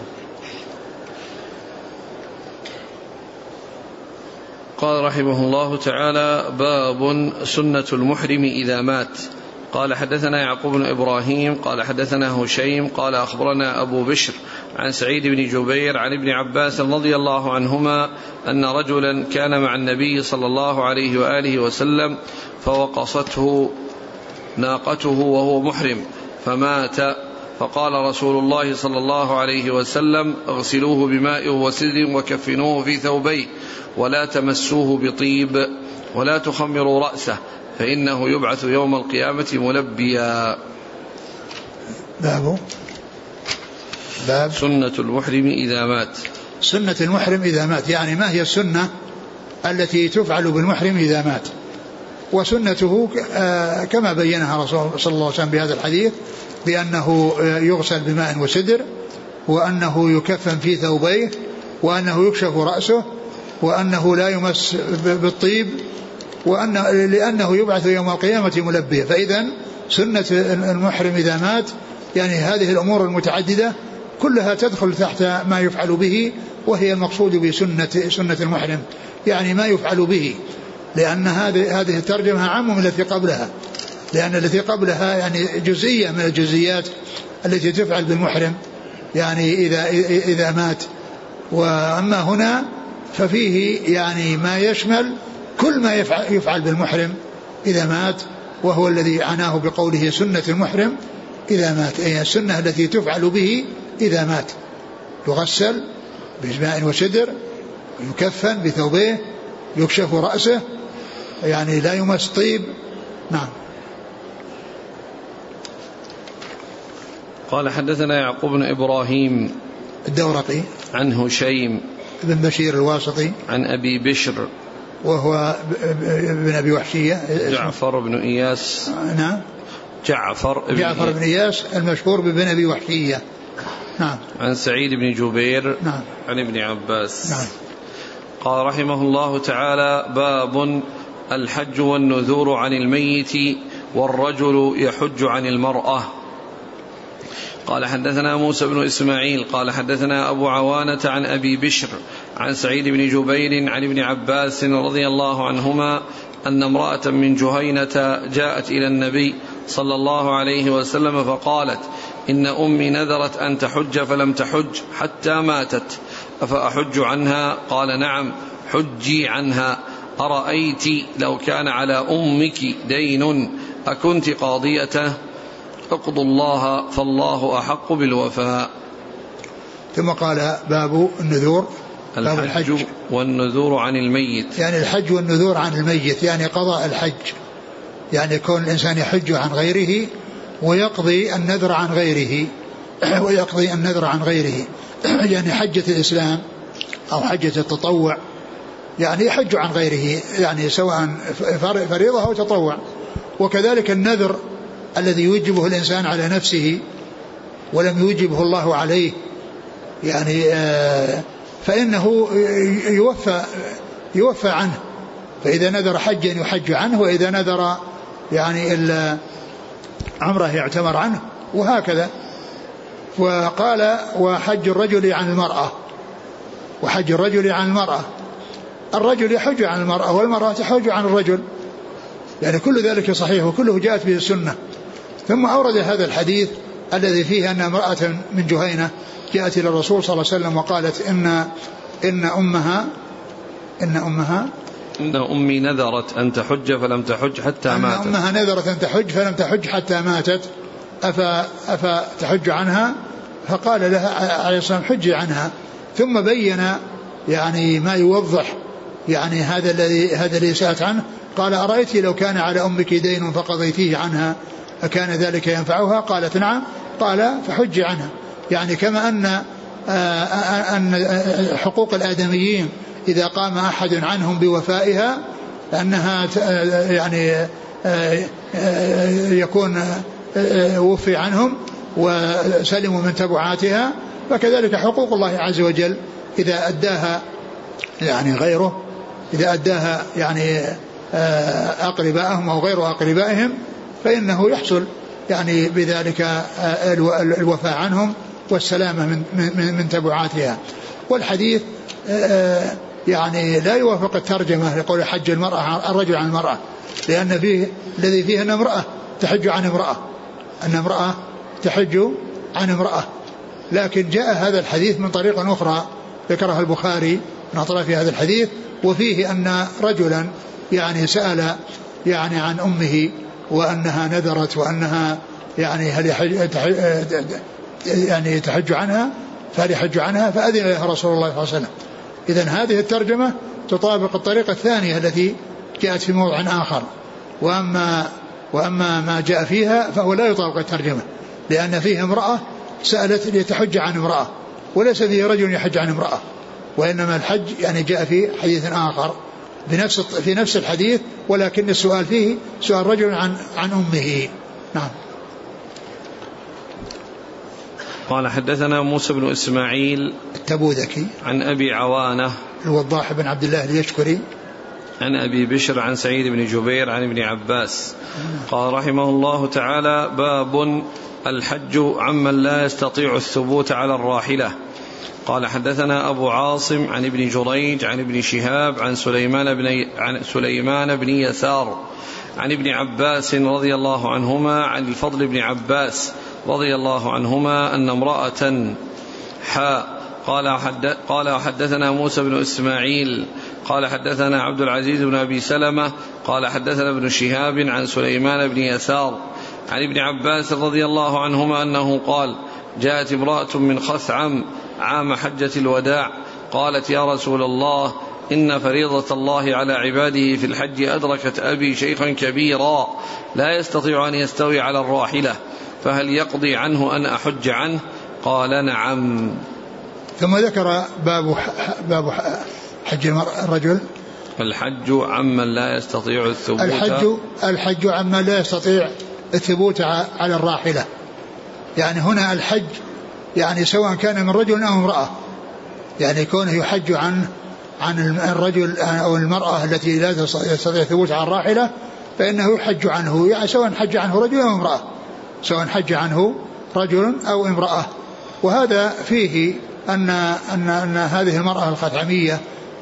قال رحمه الله تعالى: باب سنة المحرم إذا مات. قال حدثنا يعقوب بن إبراهيم قال حدثنا هشيم قال أخبرنا أبو بشر عن سعيد بن جبير عن ابن عباس رضي الله عنهما أن رجلا كان مع النبي صلى الله عليه وآله وسلم فوقصته ناقته وهو محرم فمات، فقال رسول الله صلى الله عليه وسلم: اغسلوه بماء وسدر وكفنوه في ثوبيه ولا تمسوه بطيب ولا تخمروا رأسه فإنه يبعث يوم القيامة ملبيا. باب باب سنة المحرم إذا مات. سنة المحرم إذا مات، يعني ما هي السنة التي تفعل بالمحرم إذا مات؟ وسنته كما بينها رسول صلى الله عليه وسلم بهذا الحديث، بأنه يغسل بماء وسدر، وأنه يكفن في ثوبيه، وأنه يكشف رأسه، وأنه لا يمس بالطيب، وأن لأنه يبعث يوم القيامة ملبيا. فإذا سنة المحرم إذا مات يعني هذه الأمور المتعددة كلها تدخل تحت ما يفعل به، وهي المقصود بسنة سنة المحرم، يعني ما يفعل به، لأن هذه هذه الترجمة عام من التي قبلها، لأن التي قبلها يعني جزئية من الجزئيات التي تفعل بالمحرم يعني إذا إذا مات، وأما هنا ففيه يعني ما يشمل كل ما يفعل, يفعل بالمحرم إذا مات، وهو الذي عناه بقوله سنة المحرم إذا مات، أي السنة التي تفعل به إذا مات، يغسل بماء وسدر، يكفن بثوبيه، يكشف رأسه، يعني لا يمس طيب. نعم. قال حدثنا يعقوب بن إبراهيم الدورقي عن هشيم بن بشير الواسطي عن أبي بشر وهو ابن أبي وحشية جعفر بن إياس. نعم جعفر بن جعفر بن إياس المشهور بابن أبي وحشية. نعم. عن سعيد بن جبير. نعم. عن ابن عباس. نعم. قال رحمه الله تعالى: باب الحج والنذور عن الميت والرجل يحج عن المرأة. قال حدثنا موسى بن إسماعيل قال حدثنا أبو عوانة عن أبي بشر عن سعيد بن جبير عن ابن عباس رضي الله عنهما أن امرأة من جهينة جاءت إلى النبي صلى الله عليه وسلم فقالت: إن أمي نذرت أن تحج فلم تحج حتى ماتت، أفأحج عنها؟ قال: نعم، حجي عنها. أرأيت لو كان على أمك دين أكنت قاضيته؟ اقضوا الله فالله أحق بالوفاء. ثم قال: باب النذور، باب الحج, الحج والنذور عن الميت، يعني الحج والنذور عن الميت، يعني قضاء الحج، يعني كون الإنسان يحج عن غيره ويقضي النذر عن غيره ويقضي النذر عن غيره يعني حجة الإسلام أو حجة التطوع، يعني يحج عن غيره، يعني سواء فريضة أو تطوع. وكذلك النذر الذي يوجبه الإنسان على نفسه ولم يوجبه الله عليه، يعني فإنه يوفى يوفى عنه، فإذا نذر حجا يحج عنه، وإذا نذر يعني عمره يعتمر عنه، وهكذا. وقال: وحج الرجل عن المرأة، وحج الرجل عن المرأة، الرجل يحج عن المرأة والمرأة تحج عن الرجل، يعني كل ذلك صحيح وكله جاءت به السنة. ثم أورد هذا الحديث الذي فيه أن امرأة من جهينة جاءت إلى الرسول صلى الله عليه وسلم وقالت: إن إن أمها إن أمها إن أمي نذرت أن تحج فلم تحج حتى أن ماتت. أمها نذرت أن تحج فلم تحج حتى ماتت، أفا أفا تحج عنها؟ فقال لها عليه الصلاة والسلام: حجي عنها. ثم بين يعني ما يوضح يعني هذا الذي هذا الذي سألت عنه. قال: أرأيت لو كان على أمك دين فقضيتيه عنها أكان ذلك ينفعها؟ قالت: نعم. قال: فحجي عنها. يعني كما أن أن حقوق الآدميين إذا قام أحد عنهم بوفائها أنها يعني يكون وفي عنهم وسلموا من تبعاتها، فكذلك حقوق الله عز وجل إذا أداها يعني غيره، إذا أداها يعني أقربائهم أو غير أقربائهم، فإنه يحصل يعني بذلك الوفاء عنهم والسلامة من, من, من تبعاتها. والحديث يعني لا يوافق الترجمة لقول حج المرأة الرجل عن المرأة، لأن فيه الذي فيه أن امرأة تحج عن امرأة، أن امرأة تحج عن امرأة، لكن جاء هذا الحديث من طريق أخرى ذكرها البخاري من أطراف هذا الحديث، وفيه أن رجلا يعني سأل يعني عن أمه وأنها نذرت وأنها يعني هل يحج يعني تحج عنها فهل يحج عنها فأذن لها رسول الله صلى الله عليه وسلم. إذن هذه الترجمة تطابق الطريقة الثانية التي جاءت في موضع آخر، وأما, وأما ما جاء فيها فهو لا يطابق الترجمة، لأن فيه امرأة سألت ليتحج عن امرأة، وليس فيه رجل يحج عن امرأة، وإنما الحج يعني جاء في حديث آخر بنفس في نفس الحديث، ولكن السؤال فيه سؤال رجل عن عن أمه. نعم. قال حدثنا موسى بن إسماعيل التبوذكي عن أبي عوانة الوضاح بن عبد الله اليشكري عن أبي بشر عن سعيد بن جبير عن ابن عباس قال رحمه الله تعالى: باب الحج عمن لا يستطيع الثبوت على الراحلة. قال حدثنا أبو عاصم عن ابن جريج عن ابن شهاب عن سليمان بن, عن سليمان بن يسار عن ابن عباس رضي الله عنهما عن الفضل بن عباس رضي الله عنهما أن امرأة حاء قال, حد قال حدثنا موسى بن إسماعيل قال حدثنا عبد العزيز بن أبي سلمة قال حدثنا ابن شهاب عن سليمان بن يسار عن ابن عباس رضي الله عنهما أنه قال: جاءت امرأة من خثعم عام حجة الوداع قالت: يا رسول الله، إن فريضة الله على عباده في الحج أدركت أبي شيخا كبيرا لا يستطيع أن يستوي على الراحلة، فهل يقضي عنه أن أحج عنه؟ قال: نعم. ثم ذكر باب باب حج الرجل الحج عمن لا يستطيع الثبوت الحج الحج عمن لا يستطيع الثبوت على الراحلة. يعني هنا الحج يعني سواء كان من رجل أو امرأة، يعني كونه يحج عن عن الرجل أو المرأة التي لا تستطيع الثبوت على الراحلة فإنه يحج عنه، يعني سواء حج عنه رجل أو امرأة، سواء حج عنه رجل أو امرأة. وهذا فيه أن, أن, أن هذه المرأة الخثعمية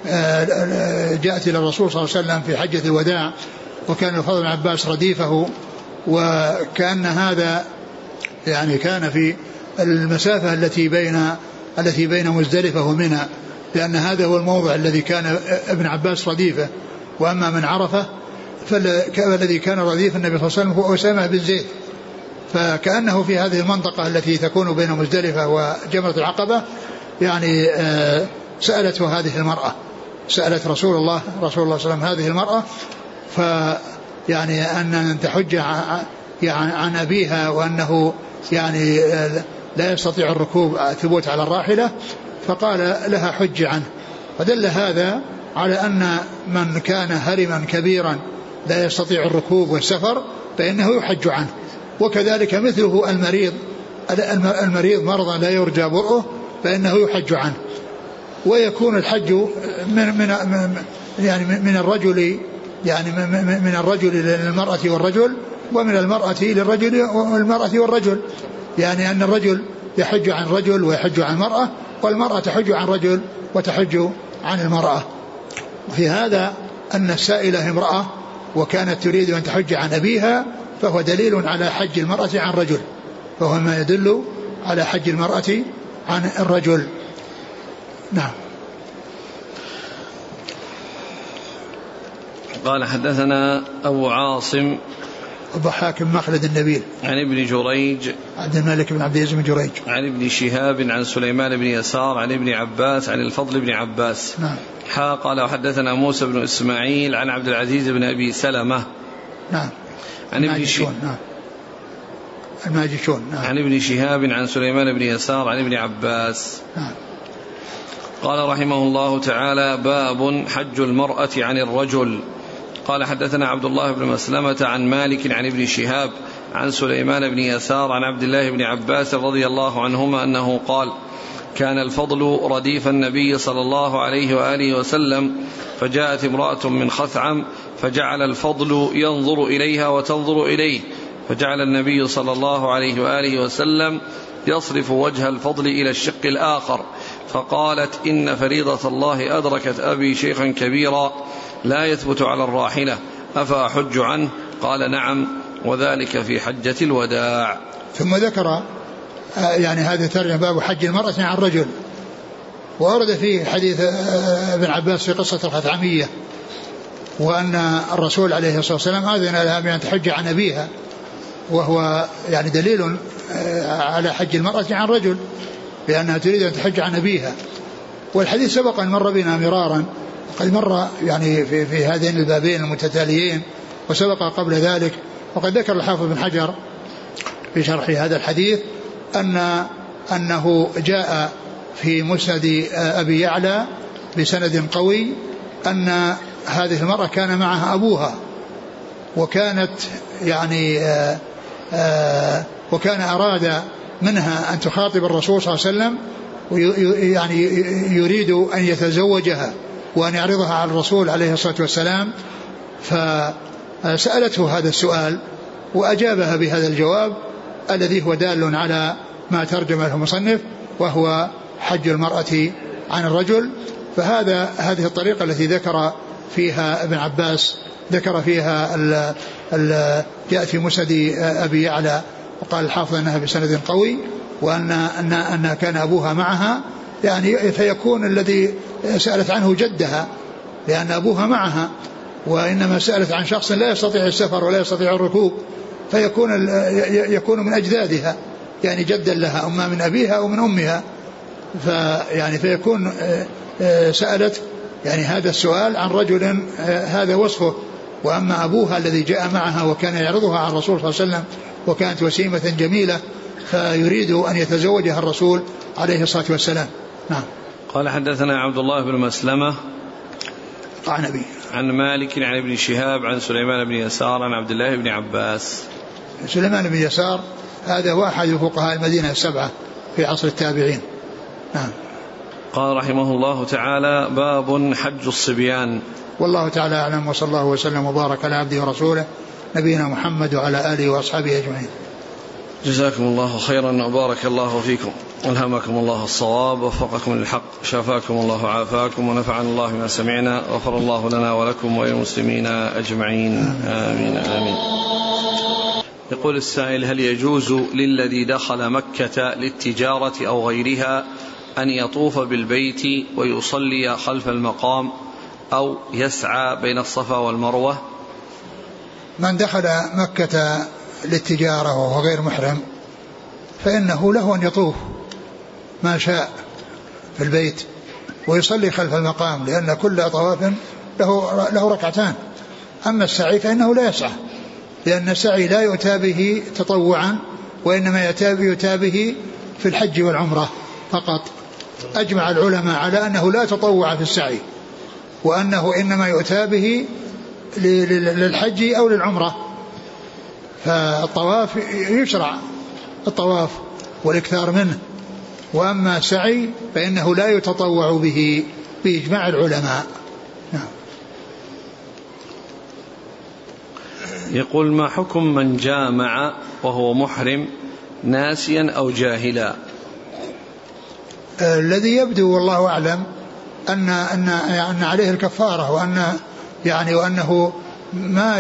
جاءت إلى الرسول صلى الله عليه وسلم في حجة الوداع، وكان الفضل بن عباس رديفه، وكان هذا يعني كان في المسافة التي بين التي بين مزدلفة ومنى، لأن هذا هو الموضع الذي كان ابن عباس رديفه. وأما من عرفه فالذي كان رديف النبي صلى الله عليه وسلم هو أسامة بن زيد، فكأنه في هذه المنطقة التي تكون بين مزدلفة وجمرة العقبة يعني سألته هذه المرأة، سألت رسول الله رسول الله صلى الله عليه وسلم هذه المرأة فيعني أن تحج يعني عن أبيها، وأنه يعني لا يستطيع الركوب ثبوت على الراحلة، فقال لها حج عنه. فدل هذا على أن من كان هرما كبيرا لا يستطيع الركوب والسفر فإنه يحج عنه. وكذلك مثله المريض المريض مرضا لا يرجى برؤه فإنه يحج عنه. ويكون الحج من من يعني من الرجل يعني من الرجل للمرأة والرجل، ومن المرأة للرجل والمرأة والرجل، يعني أن الرجل يحج عن رجل ويحج عن مرأة، والمرأة تحج عن رجل وتحج عن المرأة. في هذا أن السائلة امرأة وكانت تريد أن تحج عن أبيها، فهو دليل على حج المرأة عن رجل، فهو ما يدل على حج المرأة عن الرجل. نعم. قال حدثنا أبو عاصم الضحاك بن مخلد النبيل عن ابن جريج عبد الملك بن عبد العزيز بن جريج عن ابن شهاب عن سليمان بن يسار عن ابن عباس عن الفضل بن عباس. نعم. حا قال وحدثنا موسى بن إسماعيل عن عبد العزيز بن أبي سلمة. نعم. عن ابن شهاب نعم. الماجشون. نعم. عن ابن شهاب عن سليمان بن يسار عن ابن عباس. نعم. قال رحمه الله تعالى: باب حج المرأة عن الرجل. قال حدثنا عبد الله بن مسلمة عن مالك عن ابن شهاب عن سليمان بن يسار عن عبد الله بن عباس رضي الله عنهما أنه قال كان الفضل رديف النبي صلى الله عليه وآله وسلم فجاءت امرأة من خثعم فجعل الفضل ينظر إليها وتنظر إليه فجعل النبي صلى الله عليه وآله وسلم يصرف وجه الفضل إلى الشق الآخر فقالت إن فريضة الله أدركت أبي شيخا كبيرا لا يثبت على الراحلة أفأحج عنه قال نعم وذلك في حجة الوداع. ثم ذكر يعني هذا ترجمة باب حج المرأة عن الرجل. وورد فيه حديث ابن عباس في قصة الخثعمية وأن الرسول عليه الصلاة والسلام أذن لها بأن تحج عن أبيها وهو يعني دليل على حج المرأة عن الرجل لأنها تريد أن تحج عن أبيها. والحديث سبق أن مر بنا مرارا وقد مر يعني في, في هذين البابين المتتاليين وسبق قبل ذلك. وقد ذكر الحافظ بن حجر في شرح هذا الحديث أن أنه جاء في مسند أبي يعلى بسند قوي أن هذه المرأة كان معها أبوها وكانت يعني آآ آآ وكان أراد منها أن تخاطب الرسول صلى الله عليه وسلم ويعني يريد أن يتزوجها وأن يعرضها على الرسول عليه الصلاة والسلام. فسألته هذا السؤال وأجابها بهذا الجواب الذي هو دال على ما ترجم له المصنف وهو حج المرأة عن الرجل. فهذا هذه الطريقة التي ذكر فيها ابن عباس ذكر فيها ال ال جاء في مسند أبي يعلى وقال الحافظ أنها بسند قوي وأن أن أن كان أبوها معها يعني فيكون الذي سألت عنه جدها لأن أبوها معها وإنما سألت عن شخص لا يستطيع السفر ولا يستطيع الركوب فيكون يكون من أجدادها يعني جدا لها أما من أبيها أو من أمها فيعني فيكون سألت يعني هذا السؤال عن رجل هذا وصفه. وأما أبوها الذي جاء معها وكان يعرضها على الرسول صلى الله عليه وسلم وكانت وسيمة جميلة فيريد أن يتزوجها الرسول عليه الصلاة والسلام. نعم. قال حدثنا عبد الله بن مسلمة عن أبي عن مالك عن ابن شهاب عن سليمان بن يسار عن عبد الله بن عباس. سليمان بن يسار هذا هو أحد فقهاء المدينة السبعة في عصر التابعين. نعم. قال رحمه الله تعالى باب حج الصبيان. والله تعالى أعلم وصلى الله وسلم وبارك على عبده ورسوله نبينا محمد وعلى آله وأصحابه أجمعين. جزاكم الله خيرا وبارك الله فيكم ألهمكم الله الصواب ووفقكم للحق شفاكم الله وعافاكم ونفعنا الله ما سمعنا غفر الله لنا ولكم وللمسلمين أجمعين آمين آمين. يقول السائل هل يجوز للذي دخل مكة للتجارة أو غيرها أن يطوف بالبيت ويصلي خلف المقام أو يسعى بين الصفا والمروة؟ من دخل مكة للتجارة وهو غير محرم فإنه له أن يطوف ما شاء في البيت ويصلي خلف المقام لأن كل طواف له, له ركعتان. أما السعي فإنه لا يسعى لأن السعي لا يؤتى به تطوعا وإنما يؤتى به في الحج والعمرة فقط. أجمع العلماء على أنه لا تطوع في السعي وأنه إنما يؤتى به للحج أو للعمرة. فالطواف يشرع الطواف والإكثار منه وأما السعي فإنه لا يتطوع به بإجماع العلماء. نعم. يقول ما حكم من جامع وهو محرم ناسيا أو جاهلا؟ الذي يبدو والله أعلم أن أن أن عليه الكفارة وأن يعني وأنه ما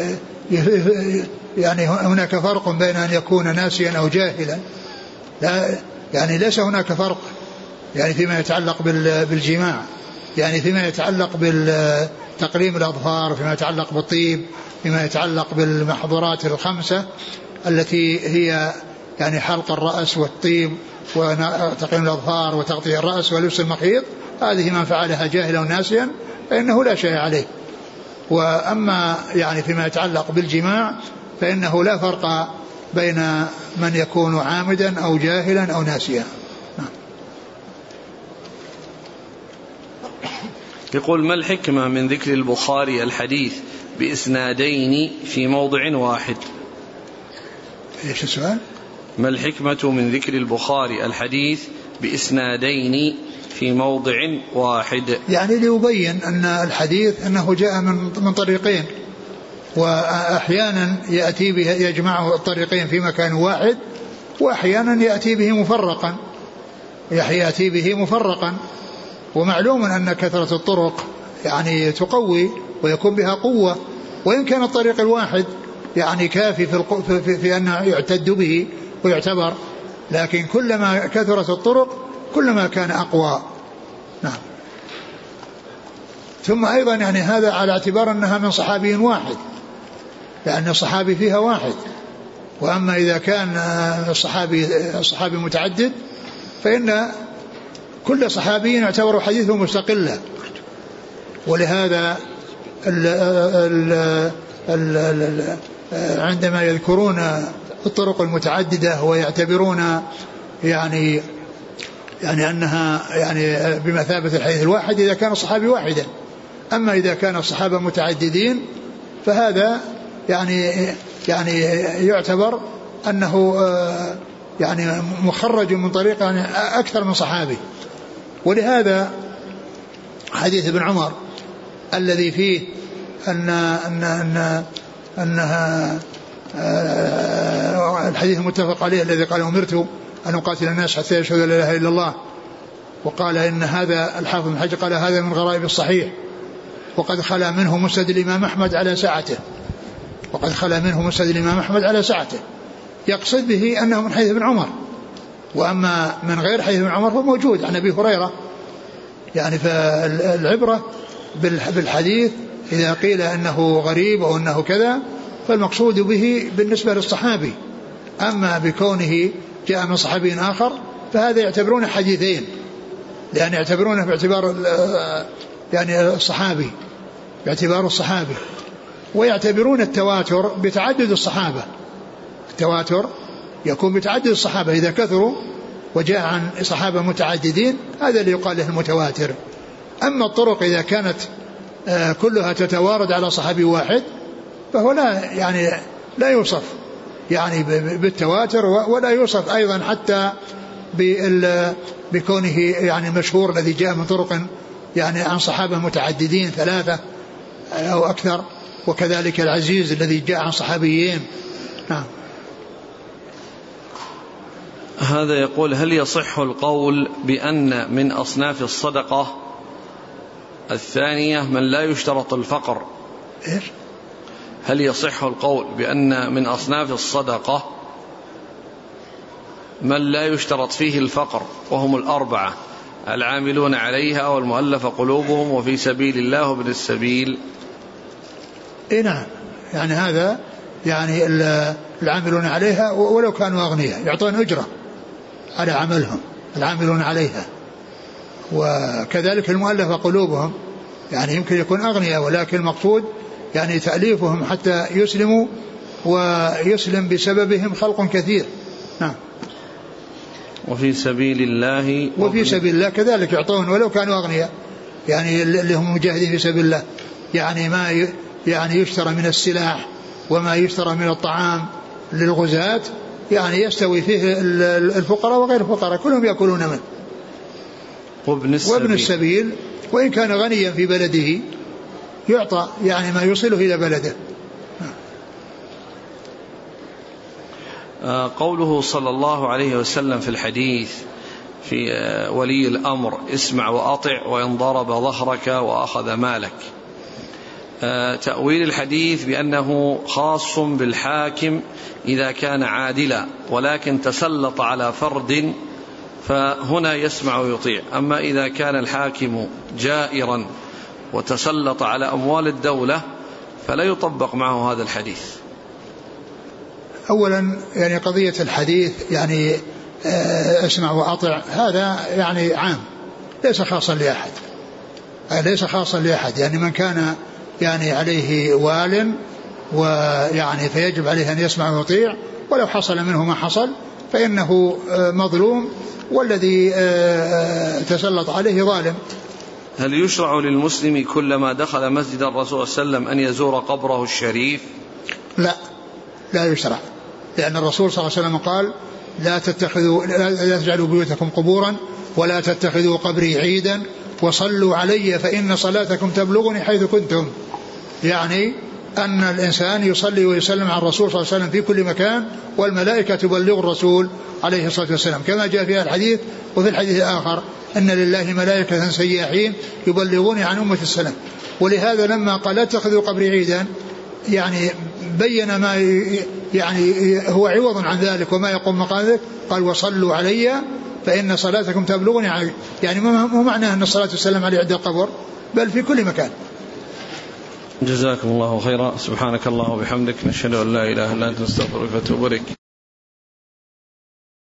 يعني هناك فرق بين أن يكون ناسيا أو جاهلا. لا يعني ليس هناك فرق يعني فيما يتعلق بالجماع يعني فيما يتعلق بالتقليم الأظفار فيما يتعلق بالطيب فيما يتعلق بالمحظورات الخمسة التي هي يعني حلق الرأس والطيب وتقليم الأظفار وتغطية الرأس ولبس المخيط. هذه من فعلها جاهلا وناسيا فإنه لا شيء عليه. وأما يعني فيما يتعلق بالجماع فإنه لا فرق بين من يكون عامدا أو جاهلا أو ناسيا. يقول: ما الحكمة من ذكر البخاري الحديث بإسنادين في موضع واحد؟ ايش السؤال؟ ما الحكمة من ذكر البخاري الحديث بإسنادين في موضع واحد؟ يعني ليبين أن الحديث أنه جاء من من طريقين، وأحيانا يأتي به يجمعه الطريقين في مكان واحد، وأحيانا يأتي به مفرقا يأتي به مفرقا ومعلوم أن كثرة الطرق يعني تقوي ويكون بها قوة، وإن كان الطريق الواحد يعني كافي في, في, في, في أن يعتد به ويعتبر، لكن كلما كثرت الطرق كلما كان أقوى. نعم. ثم أيضا يعني هذا على اعتبار أنها من صحابي واحد، لأن الصحابي فيها واحد، وأما إذا كان الصحابي الصحابي متعدد فإن كل صحابي يعتبر حديثه مستقلا. ولهذا ال ال ال ال عندما يذكرون الطرق المتعددة ويعتبرون يعني يعني أنها يعني بمثابة الحديث الواحد إذا كان الصحابي واحدا، أما إذا كان الصحابة متعددين فهذا يعني يعني يعتبر أنه يعني مخرج من طريق يعني أكثر من صحابي. ولهذا حديث ابن عمر الذي فيه أن أن أن أنها الحديث المتفق عليه الذي قال: أمرت أن أقاتل الناس حتى يشهدوا لا إله إلا الله، وقال إن هذا الحافظ بن حجر قال: هذا من غرائب الصحيح، وقد خلا منه مسند الإمام أحمد على ساعته وقد خلا منه مسند الإمام أحمد على ساعته يقصد به أنه من حديث ابن عمر، وأما من غير حديث ابن عمر هو موجود عن أبي هريرة. يعني فالعبرة بالحديث إذا قيل أنه غريب أو أنه كذا فالمقصود به بالنسبة للصحابي، أما بكونه جاء من صحابي آخر فهذا يعتبرون حديثين، لأن يعتبرونه باعتبار يعني الصحابي باعتبار الصحابي ويعتبرون التواتر بتعدد الصحابة. التواتر يكون بتعدد الصحابة إذا كثروا وجاء عن صحابة متعددين، هذا اللي يقال له المتواتر. أما الطرق إذا كانت كلها تتوارد على صحابي واحد فهو لا يعني لا يوصف يعني بالتواتر، ولا يوصف أيضا حتى بكونه يعني مشهور الذي جاء من طرق يعني عن صحابة متعددين ثلاثة أو أكثر، وكذلك العزيز الذي جاء عن صحابيين. نعم. هذا يقول: هل يصح القول بأن من أصناف الصدقة الثانية من لا يشترط الفقر؟ إيش؟ هل يصح القول بأن من أصناف الصدقة من لا يشترط فيه الفقر وهم الأربعة: العاملون عليها والمؤلف قلوبهم وفي سبيل الله وابن السبيل؟ إيه نعم، يعني هذا يعني العاملون عليها ولو كانوا أغنياء يعطون أجرة على عملهم، العاملون عليها. وكذلك المؤلف قلوبهم، يعني يمكن يكون أغنياء ولكن المقصود يعني تأليفهم حتى يسلموا ويسلم بسببهم خلق كثير. نعم. وفي سبيل الله وفي سبيل الله كذلك يعطون ولو كانوا أغنياء، يعني اللي هم مجاهدين في سبيل الله، يعني ما يعني يشترى من السلاح وما يشترى من الطعام للغزاة يعني يستوي فيه الفقراء وغير الفقراء كلهم يأكلون منه. وابن السبيل, وابن السبيل وإن كان غنيا في بلده يعطى يعني ما يوصله إلى بلده. قوله صلى الله عليه وسلم في الحديث في ولي الأمر: اسمع وأطع وإن ضرب ظهرك وأخذ مالك، تأويل الحديث بأنه خاص بالحاكم إذا كان عادلا ولكن تسلط على فرد فهنا يسمع ويطيع، أما إذا كان الحاكم جائرا وتسلط على أموال الدولة فلا يطبق معه هذا الحديث. أولا يعني قضية الحديث يعني اسمع وأطع هذا يعني عام ليس خاصا لأحد، ليس خاصا لأحد، يعني من كان يعني عليه وال ويعني فيجب عليه أن يسمع ويطيع ولو حصل منه ما حصل فإنه مظلوم والذي تسلط عليه ظالم، هل يشرع للمسلم كلما دخل مسجد الرسول صلى الله عليه وسلم أن يزور قبره الشريف؟ لا لا يشرع، لأن الرسول صلى الله عليه وسلم قال لا تتخذوا لا تجعلوا بيوتكم قبورا ولا تتخذوا قبري عيدا وصلوا علي فإن صلاتكم تبلغني حيث كنتم. يعني أن الإنسان يصلي ويسلم على الرسول صلى الله عليه وسلم في كل مكان، والملائكة تبلغ الرسول عليه الصلاة والسلام، كما جاء في الحديث. وفي الحديث الآخر أن لله ملائكة سياحين يبلغون عن أمة السلام. ولهذا لما قال لا تتخذوا قبري عيدا يعني بين ما يعني هو عوض عن ذلك وما يقوم مقام ذلك، قال وصلوا علي فإن صلاتكم تبلغني علي. يعني مو معناه أن الصلاة والسلام عليه عند القبر، بل في كل مكان. جزاكم الله خيرا. سبحانك الله وبحمدك، نشهد أن لا إله إلا أنت، نستغفرك ونتوب إليك.